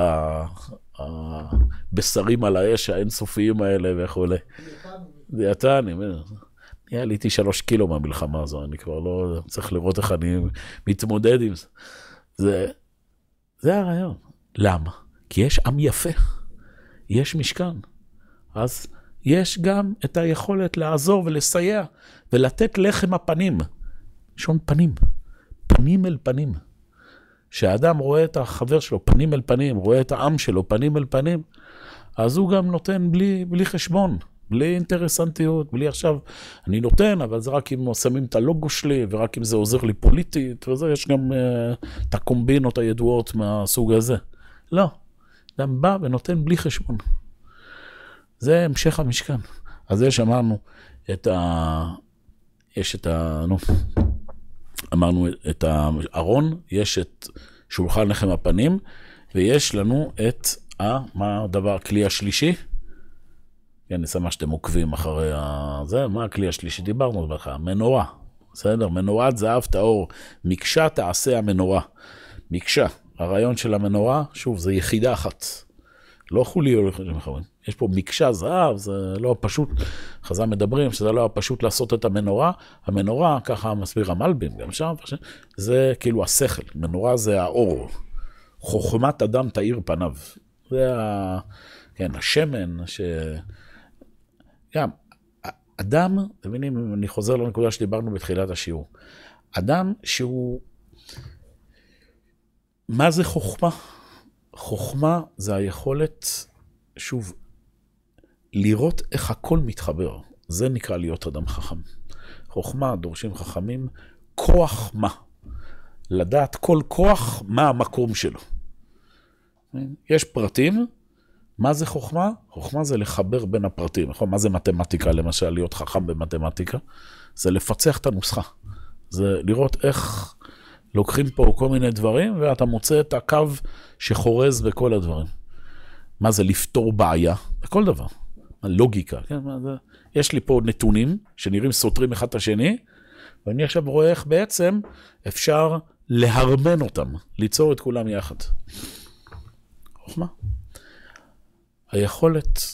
הבשרים על האש האינסופיים האלה וכו'. דיאטני, נהיה לי איתי שלוש קילו מהמלחמה הזו, אני כבר לא צריך לראות איך אני מתמודד עם זה. זה, זה הרעיון. למה? כי יש עם יפה, יש משכן. אז יש גם את היכולת לעזור ולסייע, ולתת לחם הפנים. שון פנים, פנים אל פנים. שהאדם רואה את החבר שלו פנים אל פנים, רואה את העם שלו פנים אל פנים, אז הוא גם נותן בלי, בלי חשבון, בלי אינטרסנטיות, בלי עכשיו, אני נותן, אבל זה רק אם שמים את הלוגו שלי, ורק אם זה עוזר לי פוליטית, וזה יש גם uh, את הקומבינות הידועות מהסוג הזה. לא, אדם בא ונותן בלי חשבון. זה המשך המשכן. אז יש אמרנו את ה... יש את ה... נו, אמרנו את הארון, יש את שולחן לחם הפנים, ויש לנו את ה... מה הדבר, הכלי השלישי? כן, אני שמח שאתם עוקבים אחרי ה... זה, מה הכלי השלישי? דיברנו בך, מנורה. בסדר? מנורת זהב טהור. מקשה תעשה המנורה. מקשה. הרעיון של המנורה, שוב, זה יחידה אחת. לא חולי הולך למחברים. יש פה מקשה זהב, זה לא פשוט, חז"ל מדברים שזה לא פשוט לעשות את המנורה. המנורה, ככה מסביר המלבים, גם שם, זה כאילו השכל. מנורה זה האור. חוכמת אדם תאיר פניו. זה ה... כן, השמן, ש... גם, אדם, תבינים, אני חוזר לנקודה שדיברנו בתחילת השיעור. אדם שהוא... מה זה חוכמה? חוכמה זה היכולת, שוב, לראות איך הכל מתחבר. זה נקרא להיות אדם חכם. חוכמה, דורשים חכמים, כוח מה? לדעת כל כוח מה המקום שלו. יש פרטים, מה זה חוכמה? חוכמה זה לחבר בין הפרטים. נכון? מה זה מתמטיקה, למשל, להיות חכם במתמטיקה? זה לפצח את הנוסחה. זה לראות איך לוקחים פה כל מיני דברים, ואתה מוצא את הקו שחורז בכל הדברים. מה זה לפתור בעיה? בכל דבר. לוגיקה. כן? מה זה? יש לי פה נתונים שנראים סותרים אחד את השני, ואני עכשיו רואה איך בעצם אפשר להרמן אותם, ליצור את כולם יחד. חוכמה. היכולת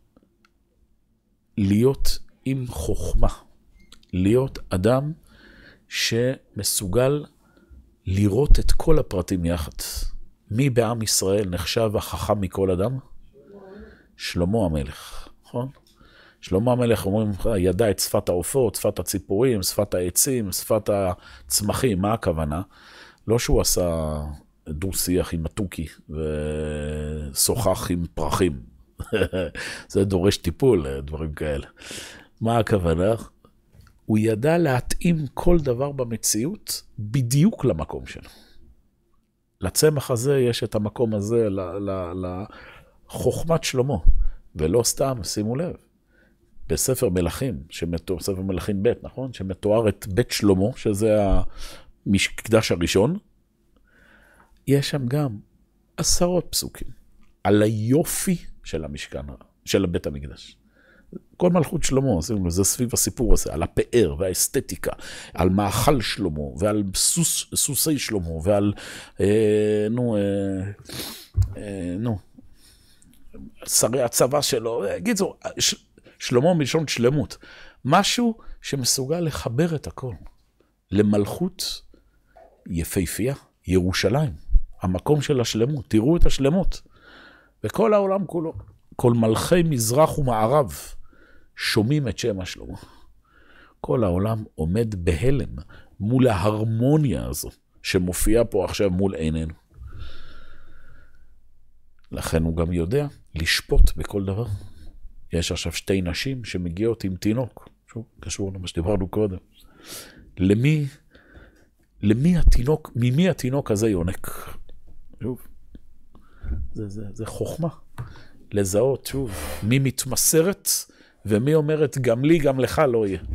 להיות עם חוכמה, להיות אדם שמסוגל לראות את כל הפרטים יחד. מי בעם ישראל נחשב החכם מכל אדם? שלמה המלך, נכון? שלמה המלך אומרים, ידע את שפת העופות, שפת הציפורים, שפת העצים, שפת הצמחים. מה הכוונה? לא שהוא עשה דו שיח עם מתוקי ושוחח עם פרחים. זה דורש טיפול, דברים כאלה. מה הכוונה? הוא ידע להתאים כל דבר במציאות בדיוק למקום שלו. לצמח הזה יש את המקום הזה לחוכמת שלמה, ולא סתם, שימו לב. בספר מלכים, שמתואר, ספר מלכים ב', נכון? שמתואר את בית שלמה, שזה המקדש הראשון, יש שם גם עשרות פסוקים על היופי של המשכן, של בית המקדש. כל מלכות שלמה, זה סביב הסיפור הזה, על הפאר והאסתטיקה, על מאכל שלמה, ועל סוס, סוסי שלמה, ועל, אה, נו, אה, אה, נו, שרי הצבא שלו, גיצור, ש, שלמה מלשון שלמות, משהו שמסוגל לחבר את הכל, למלכות יפהפייה, ירושלים, המקום של השלמות, תראו את השלמות, וכל העולם כולו, כל מלכי מזרח ומערב, שומעים את שם השלמה. כל העולם עומד בהלם מול ההרמוניה הזו, שמופיעה פה עכשיו מול עינינו. לכן הוא גם יודע לשפוט בכל דבר. יש עכשיו שתי נשים שמגיעות עם תינוק, שוב, קשור למה שדיברנו קודם. למי, למי התינוק, ממי התינוק הזה יונק? שוב, זה, זה, זה חוכמה. לזהות, שוב, מי מתמסרת ומי אומרת גם לי, גם לך לא יהיה.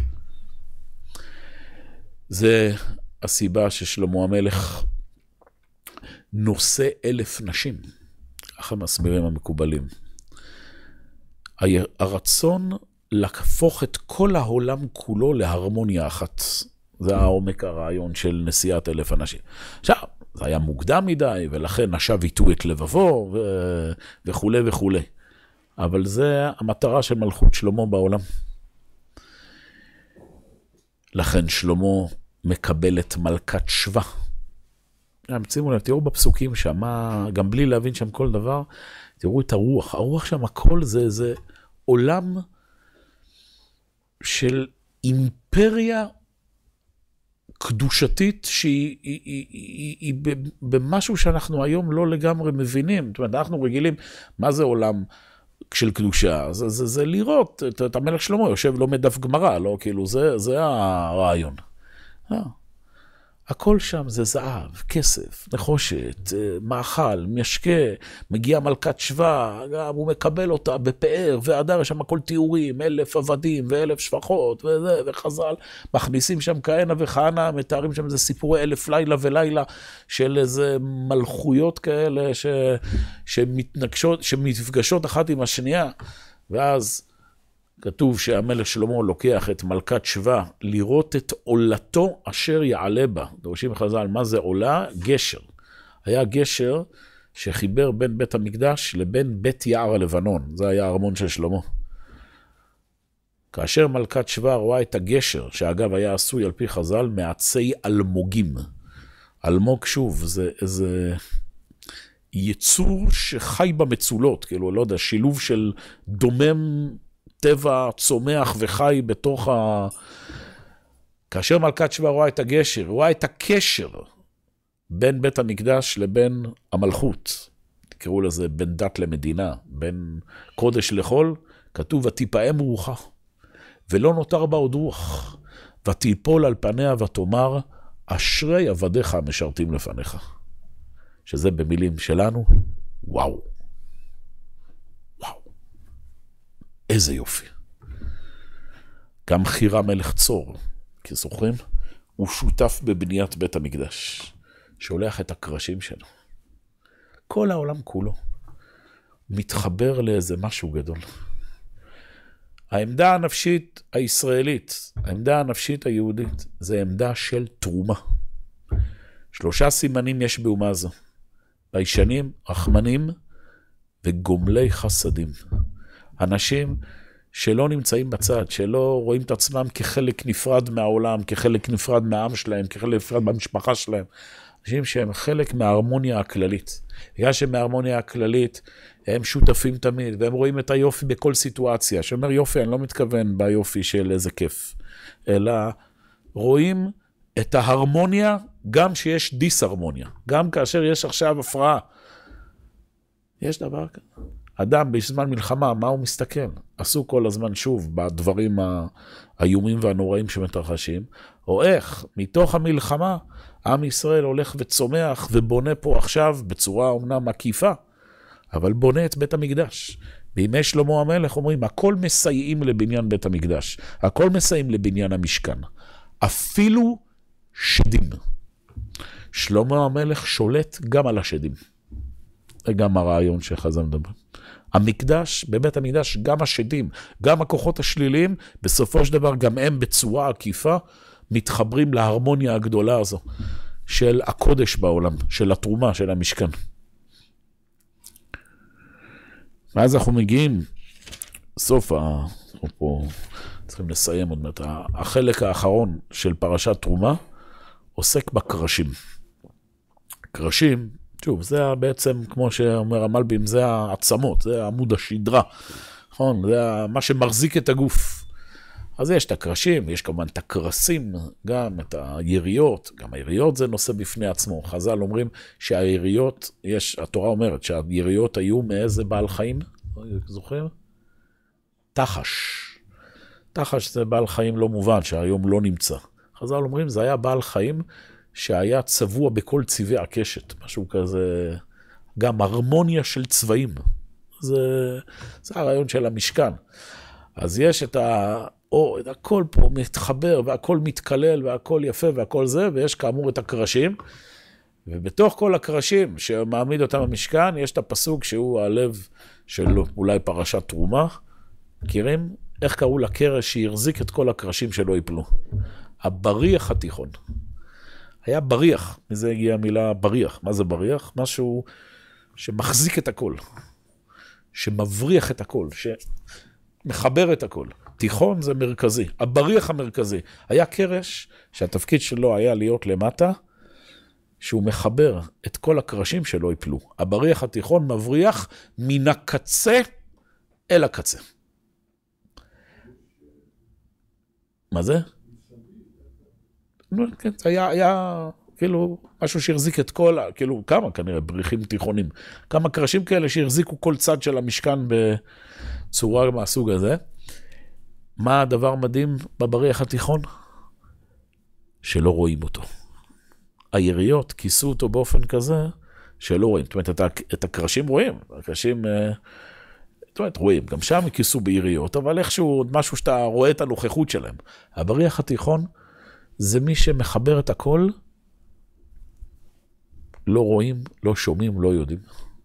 זה הסיבה ששלמה המלך נושא אלף נשים, אחרי מסבירים המקובלים. הרצון להפוך את כל העולם כולו להרמוניה אחת. זה העומק הרעיון של נשיאת אלף אנשים. עכשיו, זה היה מוקדם מדי, ולכן נשב איתו את לבבו, ו... וכו' וכו'. אבל זה המטרה של מלכות שלמה בעולם. לכן שלמה מקבל את מלכת שבא. שימו לב, תראו בפסוקים שם, גם בלי להבין שם כל דבר, תראו את הרוח. הרוח שם הכל זה, זה עולם של אימפריה קדושתית שהיא היא, היא, היא, היא במשהו שאנחנו היום לא לגמרי מבינים. זאת אומרת, אנחנו רגילים, מה זה עולם של קדושה? זה, זה, זה לראות את, את המלך שלמה, יושב לא מדף גמרא, לא? כאילו, זה, זה הרעיון. הכל שם זה זהב, כסף, נחושת, מאכל, משקה, מגיע מלכת שבא, גם הוא מקבל אותה בפאר, והדר יש שם הכל תיאורים, אלף עבדים ואלף שפחות, וזה, וחז"ל, מכניסים שם כהנה וכהנה, מתארים שם איזה סיפורי אלף לילה ולילה, של איזה מלכויות כאלה, ש, שמתנגשות, שמתפגשות אחת עם השנייה, ואז כתוב שהמלך שלמה לוקח את מלכת שבא לראות את עולתו אשר יעלה בה. דורשים חז"ל, מה זה עולה? גשר. היה גשר שחיבר בין בית המקדש לבין בית יער הלבנון. זה היה הארמון של שלמה. כאשר מלכת שבא רואה את הגשר, שאגב היה עשוי על פי חז"ל מעצי אלמוגים. אלמוג שוב, זה איזה יצור שחי במצולות, כאילו, לא יודע, שילוב של דומם טבע צומח וחי בתוך ה... כאשר מלכת שבא רואה את הגשר, רואה את הקשר בין בית המקדש לבין המלכות. תקראו לזה בין דת למדינה, בין קודש לחול, כתוב ותיפעם רוחה, ולא נותר בה עוד רוח, ותיפול על פניה ותאמר, אשרי עבדיך המשרתים לפניך. שזה במילים שלנו, וואו. איזה יופי. גם חירה מלך צור, כי זוכרים, הוא שותף בבניית בית המקדש, שולח את הקרשים שלו. כל העולם כולו מתחבר לאיזה משהו גדול. העמדה הנפשית הישראלית, העמדה הנפשית היהודית, זה עמדה של תרומה. שלושה סימנים יש באומה זו. ביישנים, רחמנים וגומלי חסדים. אנשים שלא נמצאים בצד, שלא רואים את עצמם כחלק נפרד מהעולם, כחלק נפרד מהעם שלהם, כחלק נפרד מהמשפחה שלהם. אנשים שהם חלק מההרמוניה הכללית. בגלל שמההרמוניה הכללית הם שותפים תמיד, והם רואים את היופי בכל סיטואציה. שאומר יופי, אני לא מתכוון ביופי של איזה כיף, אלא רואים את ההרמוניה גם שיש דיסהרמוניה. גם כאשר יש עכשיו הפרעה. יש דבר כזה. אדם בזמן מלחמה, מה הוא מסתכל? עשו כל הזמן שוב בדברים האיומים והנוראים שמתרחשים, או איך מתוך המלחמה עם ישראל הולך וצומח ובונה פה עכשיו בצורה אומנם מקיפה, אבל בונה את בית המקדש. בימי שלמה המלך אומרים, הכל מסייעים לבניין בית המקדש, הכל מסייעים לבניין המשכן, אפילו שדים. שלמה המלך שולט גם על השדים. זה גם הרעיון שחז"ל מדבר. המקדש, בבית המקדש, גם השדים, גם הכוחות השליליים, בסופו של דבר גם הם בצורה עקיפה, מתחברים להרמוניה הגדולה הזו, של הקודש בעולם, של התרומה, של המשכן. ואז אנחנו מגיעים, סוף ה... פה צריכים לסיים עוד מעט, החלק האחרון של פרשת תרומה, עוסק בקרשים. קרשים, שוב, זה בעצם, כמו שאומר המלבים, זה העצמות, זה עמוד השדרה, נכון? זה מה שמחזיק את הגוף. אז יש את הקרשים, יש כמובן את הקרסים, גם את היריות, גם היריות זה נושא בפני עצמו. חז"ל אומרים שהיריות, יש, התורה אומרת שהיריות היו מאיזה בעל חיים, זוכר? תחש. תחש זה בעל חיים לא מובן, שהיום לא נמצא. חז"ל אומרים, זה היה בעל חיים שהיה צבוע בכל צבעי הקשת, משהו כזה, גם הרמוניה של צבעים. זה, זה הרעיון של המשכן. אז יש את ה... או, את הכל פה מתחבר, והכל מתקלל, והכל יפה, והכל זה, ויש כאמור את הקרשים, ובתוך כל הקרשים שמעמיד אותם המשכן, יש את הפסוק שהוא הלב של אולי פרשת תרומה. מכירים? איך קראו לקרש שהחזיק את כל הקרשים שלא ייפלו? הבריח התיכון. היה בריח, מזה הגיעה המילה בריח. מה זה בריח? משהו שמחזיק את הכל, שמבריח את הכל, שמחבר את הכל. תיכון זה מרכזי, הבריח המרכזי. היה קרש שהתפקיד שלו היה להיות למטה, שהוא מחבר את כל הקרשים שלא ייפלו. הבריח התיכון מבריח מן הקצה אל הקצה. מה זה? כן, זה היה, היה כאילו משהו שהחזיק את כל, כאילו כמה כנראה בריחים תיכונים, כמה קרשים כאלה שהחזיקו כל צד של המשכן בצורה מהסוג הזה. מה הדבר מדהים בבריח התיכון? שלא רואים אותו. היריות כיסו אותו באופן כזה שלא רואים. זאת אומרת, את, את הקרשים רואים, הקרשים, זאת אומרת, רואים. גם שם כיסו ביריות, אבל איכשהו משהו שאתה רואה את הנוכחות שלהם. הבריח התיכון זה מי שמחבר את הכל, לא רואים, לא שומעים, לא יודעים.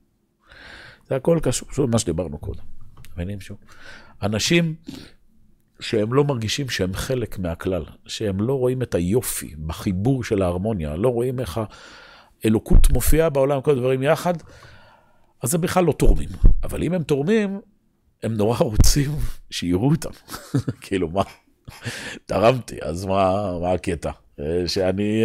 זה הכל קשור, שוב מה שדיברנו קודם. מבינים שוב? אנשים שהם לא מרגישים שהם חלק מהכלל, שהם לא רואים את היופי בחיבור של ההרמוניה, לא רואים איך האלוקות מופיעה בעולם, כל הדברים יחד, אז הם בכלל לא תורמים. אבל אם הם תורמים, הם נורא רוצים שיראו אותם. כאילו, מה? תרמתי, אז מה, מה הקטע? שאני,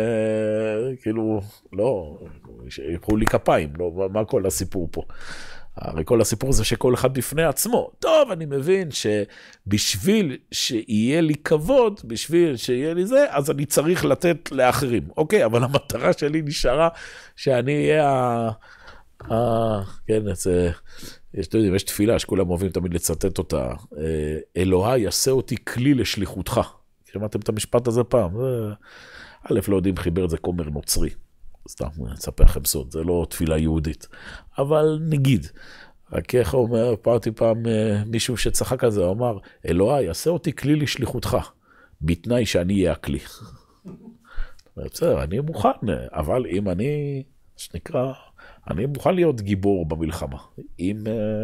כאילו, לא, שיפחו לי כפיים, לא, מה כל הסיפור פה? הרי כל הסיפור זה שכל אחד בפני עצמו. טוב, אני מבין שבשביל שיהיה לי כבוד, בשביל שיהיה לי זה, אז אני צריך לתת לאחרים. אוקיי, אבל המטרה שלי נשארה שאני אהיה ה... ה... כן, זה... יש, יודעים, יש תפילה שכולם אוהבים תמיד לצטט אותה. אלוהי יעשה אותי כלי לשליחותך. שמעתם את המשפט הזה פעם? א', לא יודעים, חיבר את זה כומר נוצרי. סתם, אני אספר לכם סוד, זה לא תפילה יהודית. אבל נגיד, רק איך אומר, פערתי פעם מישהו שצחק על זה, הוא אמר, אלוהי, יעשה אותי כלי לשליחותך, בתנאי שאני אהיה הכלי. בסדר, אני מוכן, אבל אם אני, שנקרא, אני מוכן להיות גיבור במלחמה. אם...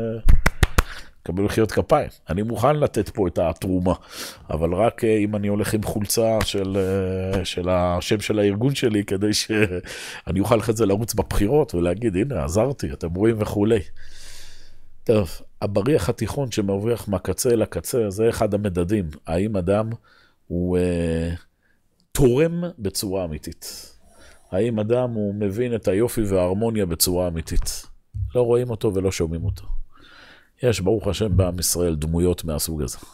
קבל לחיות כפיים. אני מוכן לתת פה את התרומה, אבל רק אם אני הולך עם חולצה של, של השם של הארגון שלי, כדי שאני אוכל אחרי זה לרוץ בבחירות ולהגיד, הנה, עזרתי, אתם רואים וכולי. טוב, הבריח התיכון שמבריח מהקצה אל הקצה, זה אחד המדדים. האם אדם הוא אה, תורם בצורה אמיתית? האם אדם הוא מבין את היופי וההרמוניה בצורה אמיתית? לא רואים אותו ולא שומעים אותו. יש ברוך השם בעם ישראל דמויות מהסוג הזה.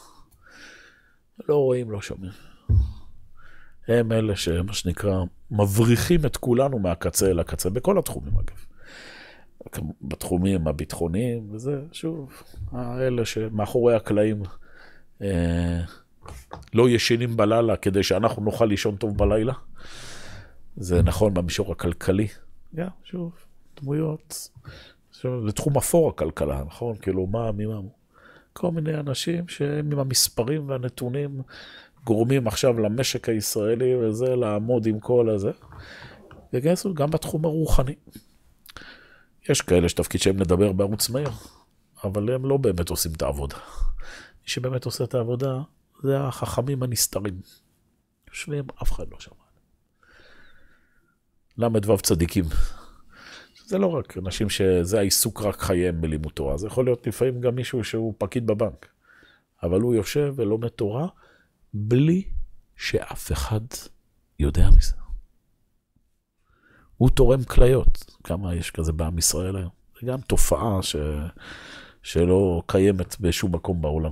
לא רואים, לא שומעים. הם אלה שמה שנקרא, מבריחים את כולנו מהקצה אל הקצה, בכל התחומים אגב. בתחומים הביטחוניים, וזה שוב, האלה שמאחורי הקלעים אה, לא ישנים בלילה כדי שאנחנו נוכל לישון טוב בלילה. זה נכון במישור הכלכלי. yeah, שוב, דמויות... זה תחום אפור הכלכלה, נכון? כאילו, מה, מי מה? כל מיני אנשים שהם עם המספרים והנתונים גורמים עכשיו למשק הישראלי וזה, לעמוד עם כל הזה. וגייסו גם בתחום הרוחני. יש כאלה שתפקיד שהם לדבר בערוץ מהיר, אבל הם לא באמת עושים את העבודה. מי שבאמת עושה את העבודה, זה החכמים הנסתרים. יושבים, אף אחד לא שמע. למד וו צדיקים. זה לא רק אנשים שזה העיסוק רק חייהם בלימוד תורה, זה יכול להיות לפעמים גם מישהו שהוא פקיד בבנק, אבל הוא יושב ולומד תורה בלי שאף אחד יודע מזה. הוא תורם כליות, כמה יש כזה בעם ישראל היום. זה גם תופעה ש... שלא קיימת בשום מקום בעולם.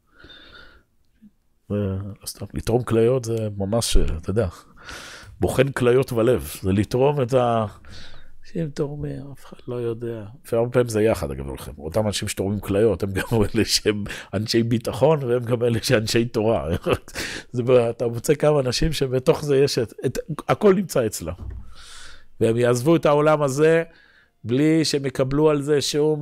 ו... לתרום כליות זה ממש, אתה יודע, בוחן כליות ולב, זה לתרום את ה... אנשים תורמים, אף אחד לא יודע. והרבה פעמים זה יחד, אגב, הולכים. אותם אנשים שתורמים כליות, הם גם אלה שהם אנשי ביטחון, והם גם אלה שאנשי תורה. זה, אתה מוצא כמה אנשים שבתוך זה יש את, את, הכל נמצא אצלם. והם יעזבו את העולם הזה, בלי שהם יקבלו על זה שום,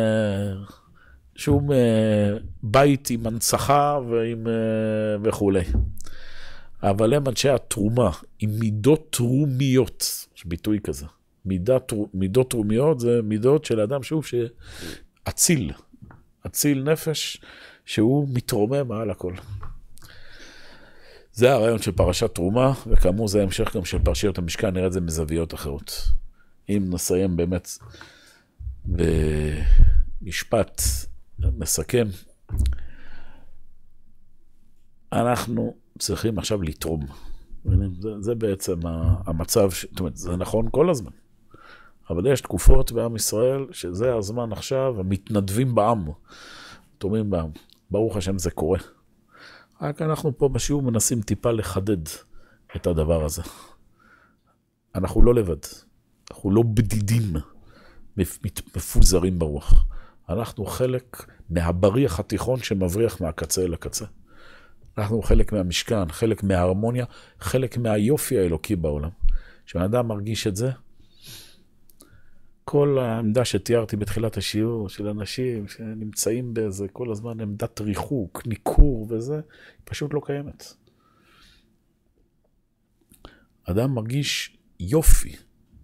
שום בית עם הנצחה ועם, וכולי. אבל הם אנשי התרומה, עם מידות תרומיות, יש ביטוי כזה. מידות, מידות תרומיות זה מידות של אדם שהוא שאציל, אציל נפש שהוא מתרומם מעל הכל. זה הרעיון של פרשת תרומה, וכאמור זה המשך גם של פרשיות המשכן, נראה את זה מזוויות אחרות. אם נסיים באמת במשפט מסכם, אנחנו צריכים עכשיו לתרום. זה, זה בעצם המצב, זאת אומרת, זה נכון כל הזמן. אבל יש תקופות בעם ישראל שזה הזמן עכשיו, המתנדבים בעם, תורמים בעם. ברוך השם זה קורה. רק אנחנו פה בשיעור מנסים טיפה לחדד את הדבר הזה. אנחנו לא לבד, אנחנו לא בדידים מפוזרים ברוח. אנחנו חלק מהבריח התיכון שמבריח מהקצה אל הקצה. אנחנו חלק מהמשכן, חלק מההרמוניה, חלק מהיופי האלוקי בעולם. כשאדם מרגיש את זה, כל העמדה שתיארתי בתחילת השיעור של אנשים שנמצאים באיזה כל הזמן עמדת ריחוק, ניכור וזה, פשוט לא קיימת. אדם מרגיש יופי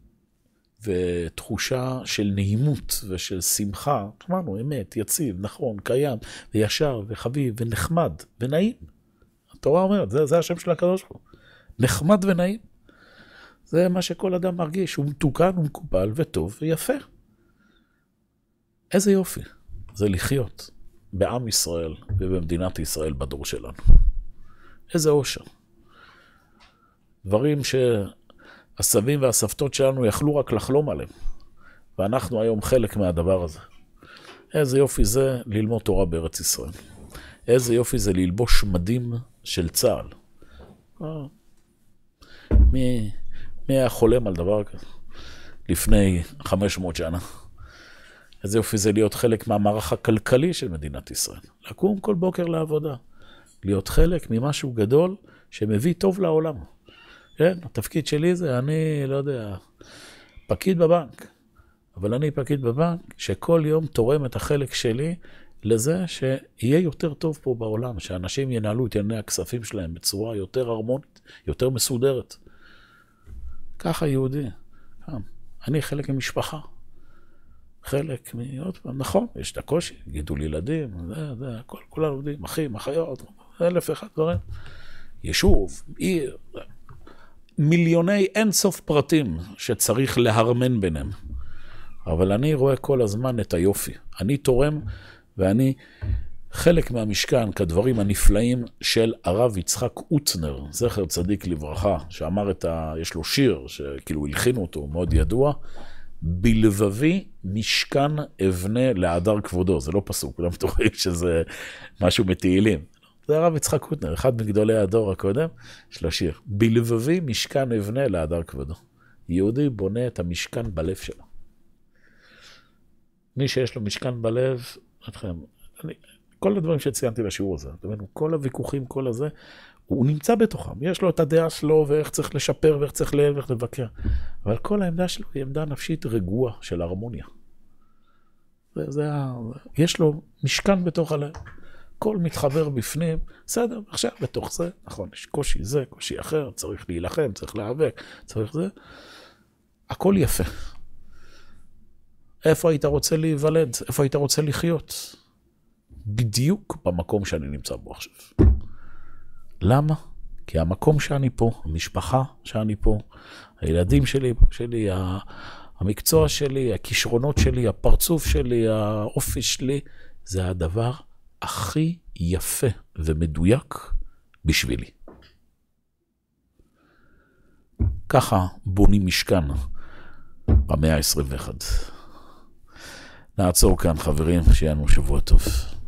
ותחושה של נעימות ושל שמחה, אמרנו, אמת, יציב, נכון, קיים, וישר וחביב ונחמד ונעים. התורה אומרת, זה, זה השם של הקדוש ברוך הוא. נחמד ונעים. זה מה שכל אדם מרגיש, הוא מתוקן, הוא מקובל וטוב ויפה. איזה יופי זה לחיות בעם ישראל ובמדינת ישראל בדור שלנו. איזה אושר. דברים שהסבים והסבתות שלנו יכלו רק לחלום עליהם, ואנחנו היום חלק מהדבר הזה. איזה יופי זה ללמוד תורה בארץ ישראל. איזה יופי זה ללבוש מדים של צה"ל. מי... מי היה חולם על דבר כזה? לפני חמש מאות שנה. איזה יופי זה להיות חלק מהמערך הכלכלי של מדינת ישראל. לקום כל בוקר לעבודה. להיות חלק ממשהו גדול שמביא טוב לעולם. כן, התפקיד שלי זה, אני לא יודע, פקיד בבנק. אבל אני פקיד בבנק שכל יום תורם את החלק שלי לזה שיהיה יותר טוב פה בעולם. שאנשים ינהלו את ענייני הכספים שלהם בצורה יותר הרמונית, יותר מסודרת. ככה יהודי. אני חלק ממשפחה. חלק מ... עוד פעם, נכון, יש את הקושי, גידול ילדים, זה, זה, כל, כולם עובדים, אחים, אחיות, אלף אחד דברים. יישוב, עיר, מיליוני אינסוף פרטים שצריך להרמן ביניהם. אבל אני רואה כל הזמן את היופי. אני תורם ואני חלק מהמשכן כדברים הנפלאים של הרב יצחק אוטנר, זכר צדיק לברכה, שאמר את ה... יש לו שיר שכאילו הלחינו אותו, מאוד ידוע, בלבבי משכן אבנה להדר כבודו. זה לא פסוק, כולם בטוחים שזה משהו מתהילים. זה הרב יצחק אוטנר, אחד מגדולי הדור הקודם, יש לו שיר. בלבבי משכן אבנה להדר כבודו. יהודי בונה את המשכן בלב שלו. מי שיש לו משכן בלב, אתכם, אני... כל הדברים שציינתי בשיעור הזה, כל הוויכוחים, כל הזה, הוא נמצא בתוכם. יש לו את הדעה שלו ואיך צריך לשפר ואיך צריך לאהב ואיך לבקר. אבל כל העמדה שלו היא עמדה נפשית רגועה של הרמוניה. זה, זה, יש לו משכן בתוך הלב. כל מתחבר בפנים, בסדר, עכשיו בתוך זה, נכון, יש קושי זה, קושי אחר, צריך להילחם, צריך להיאבק, צריך זה. הכל יפה. איפה היית רוצה להיוולד? איפה היית רוצה לחיות? בדיוק במקום שאני נמצא בו עכשיו. למה? כי המקום שאני פה, המשפחה שאני פה, הילדים שלי, שלי, המקצוע שלי, הכישרונות שלי, הפרצוף שלי, האופי שלי, זה הדבר הכי יפה ומדויק בשבילי. ככה בונים משכן במאה ה-עשרים ואחת. נעצור כאן חברים, שיהיה לנו שבוע טוב.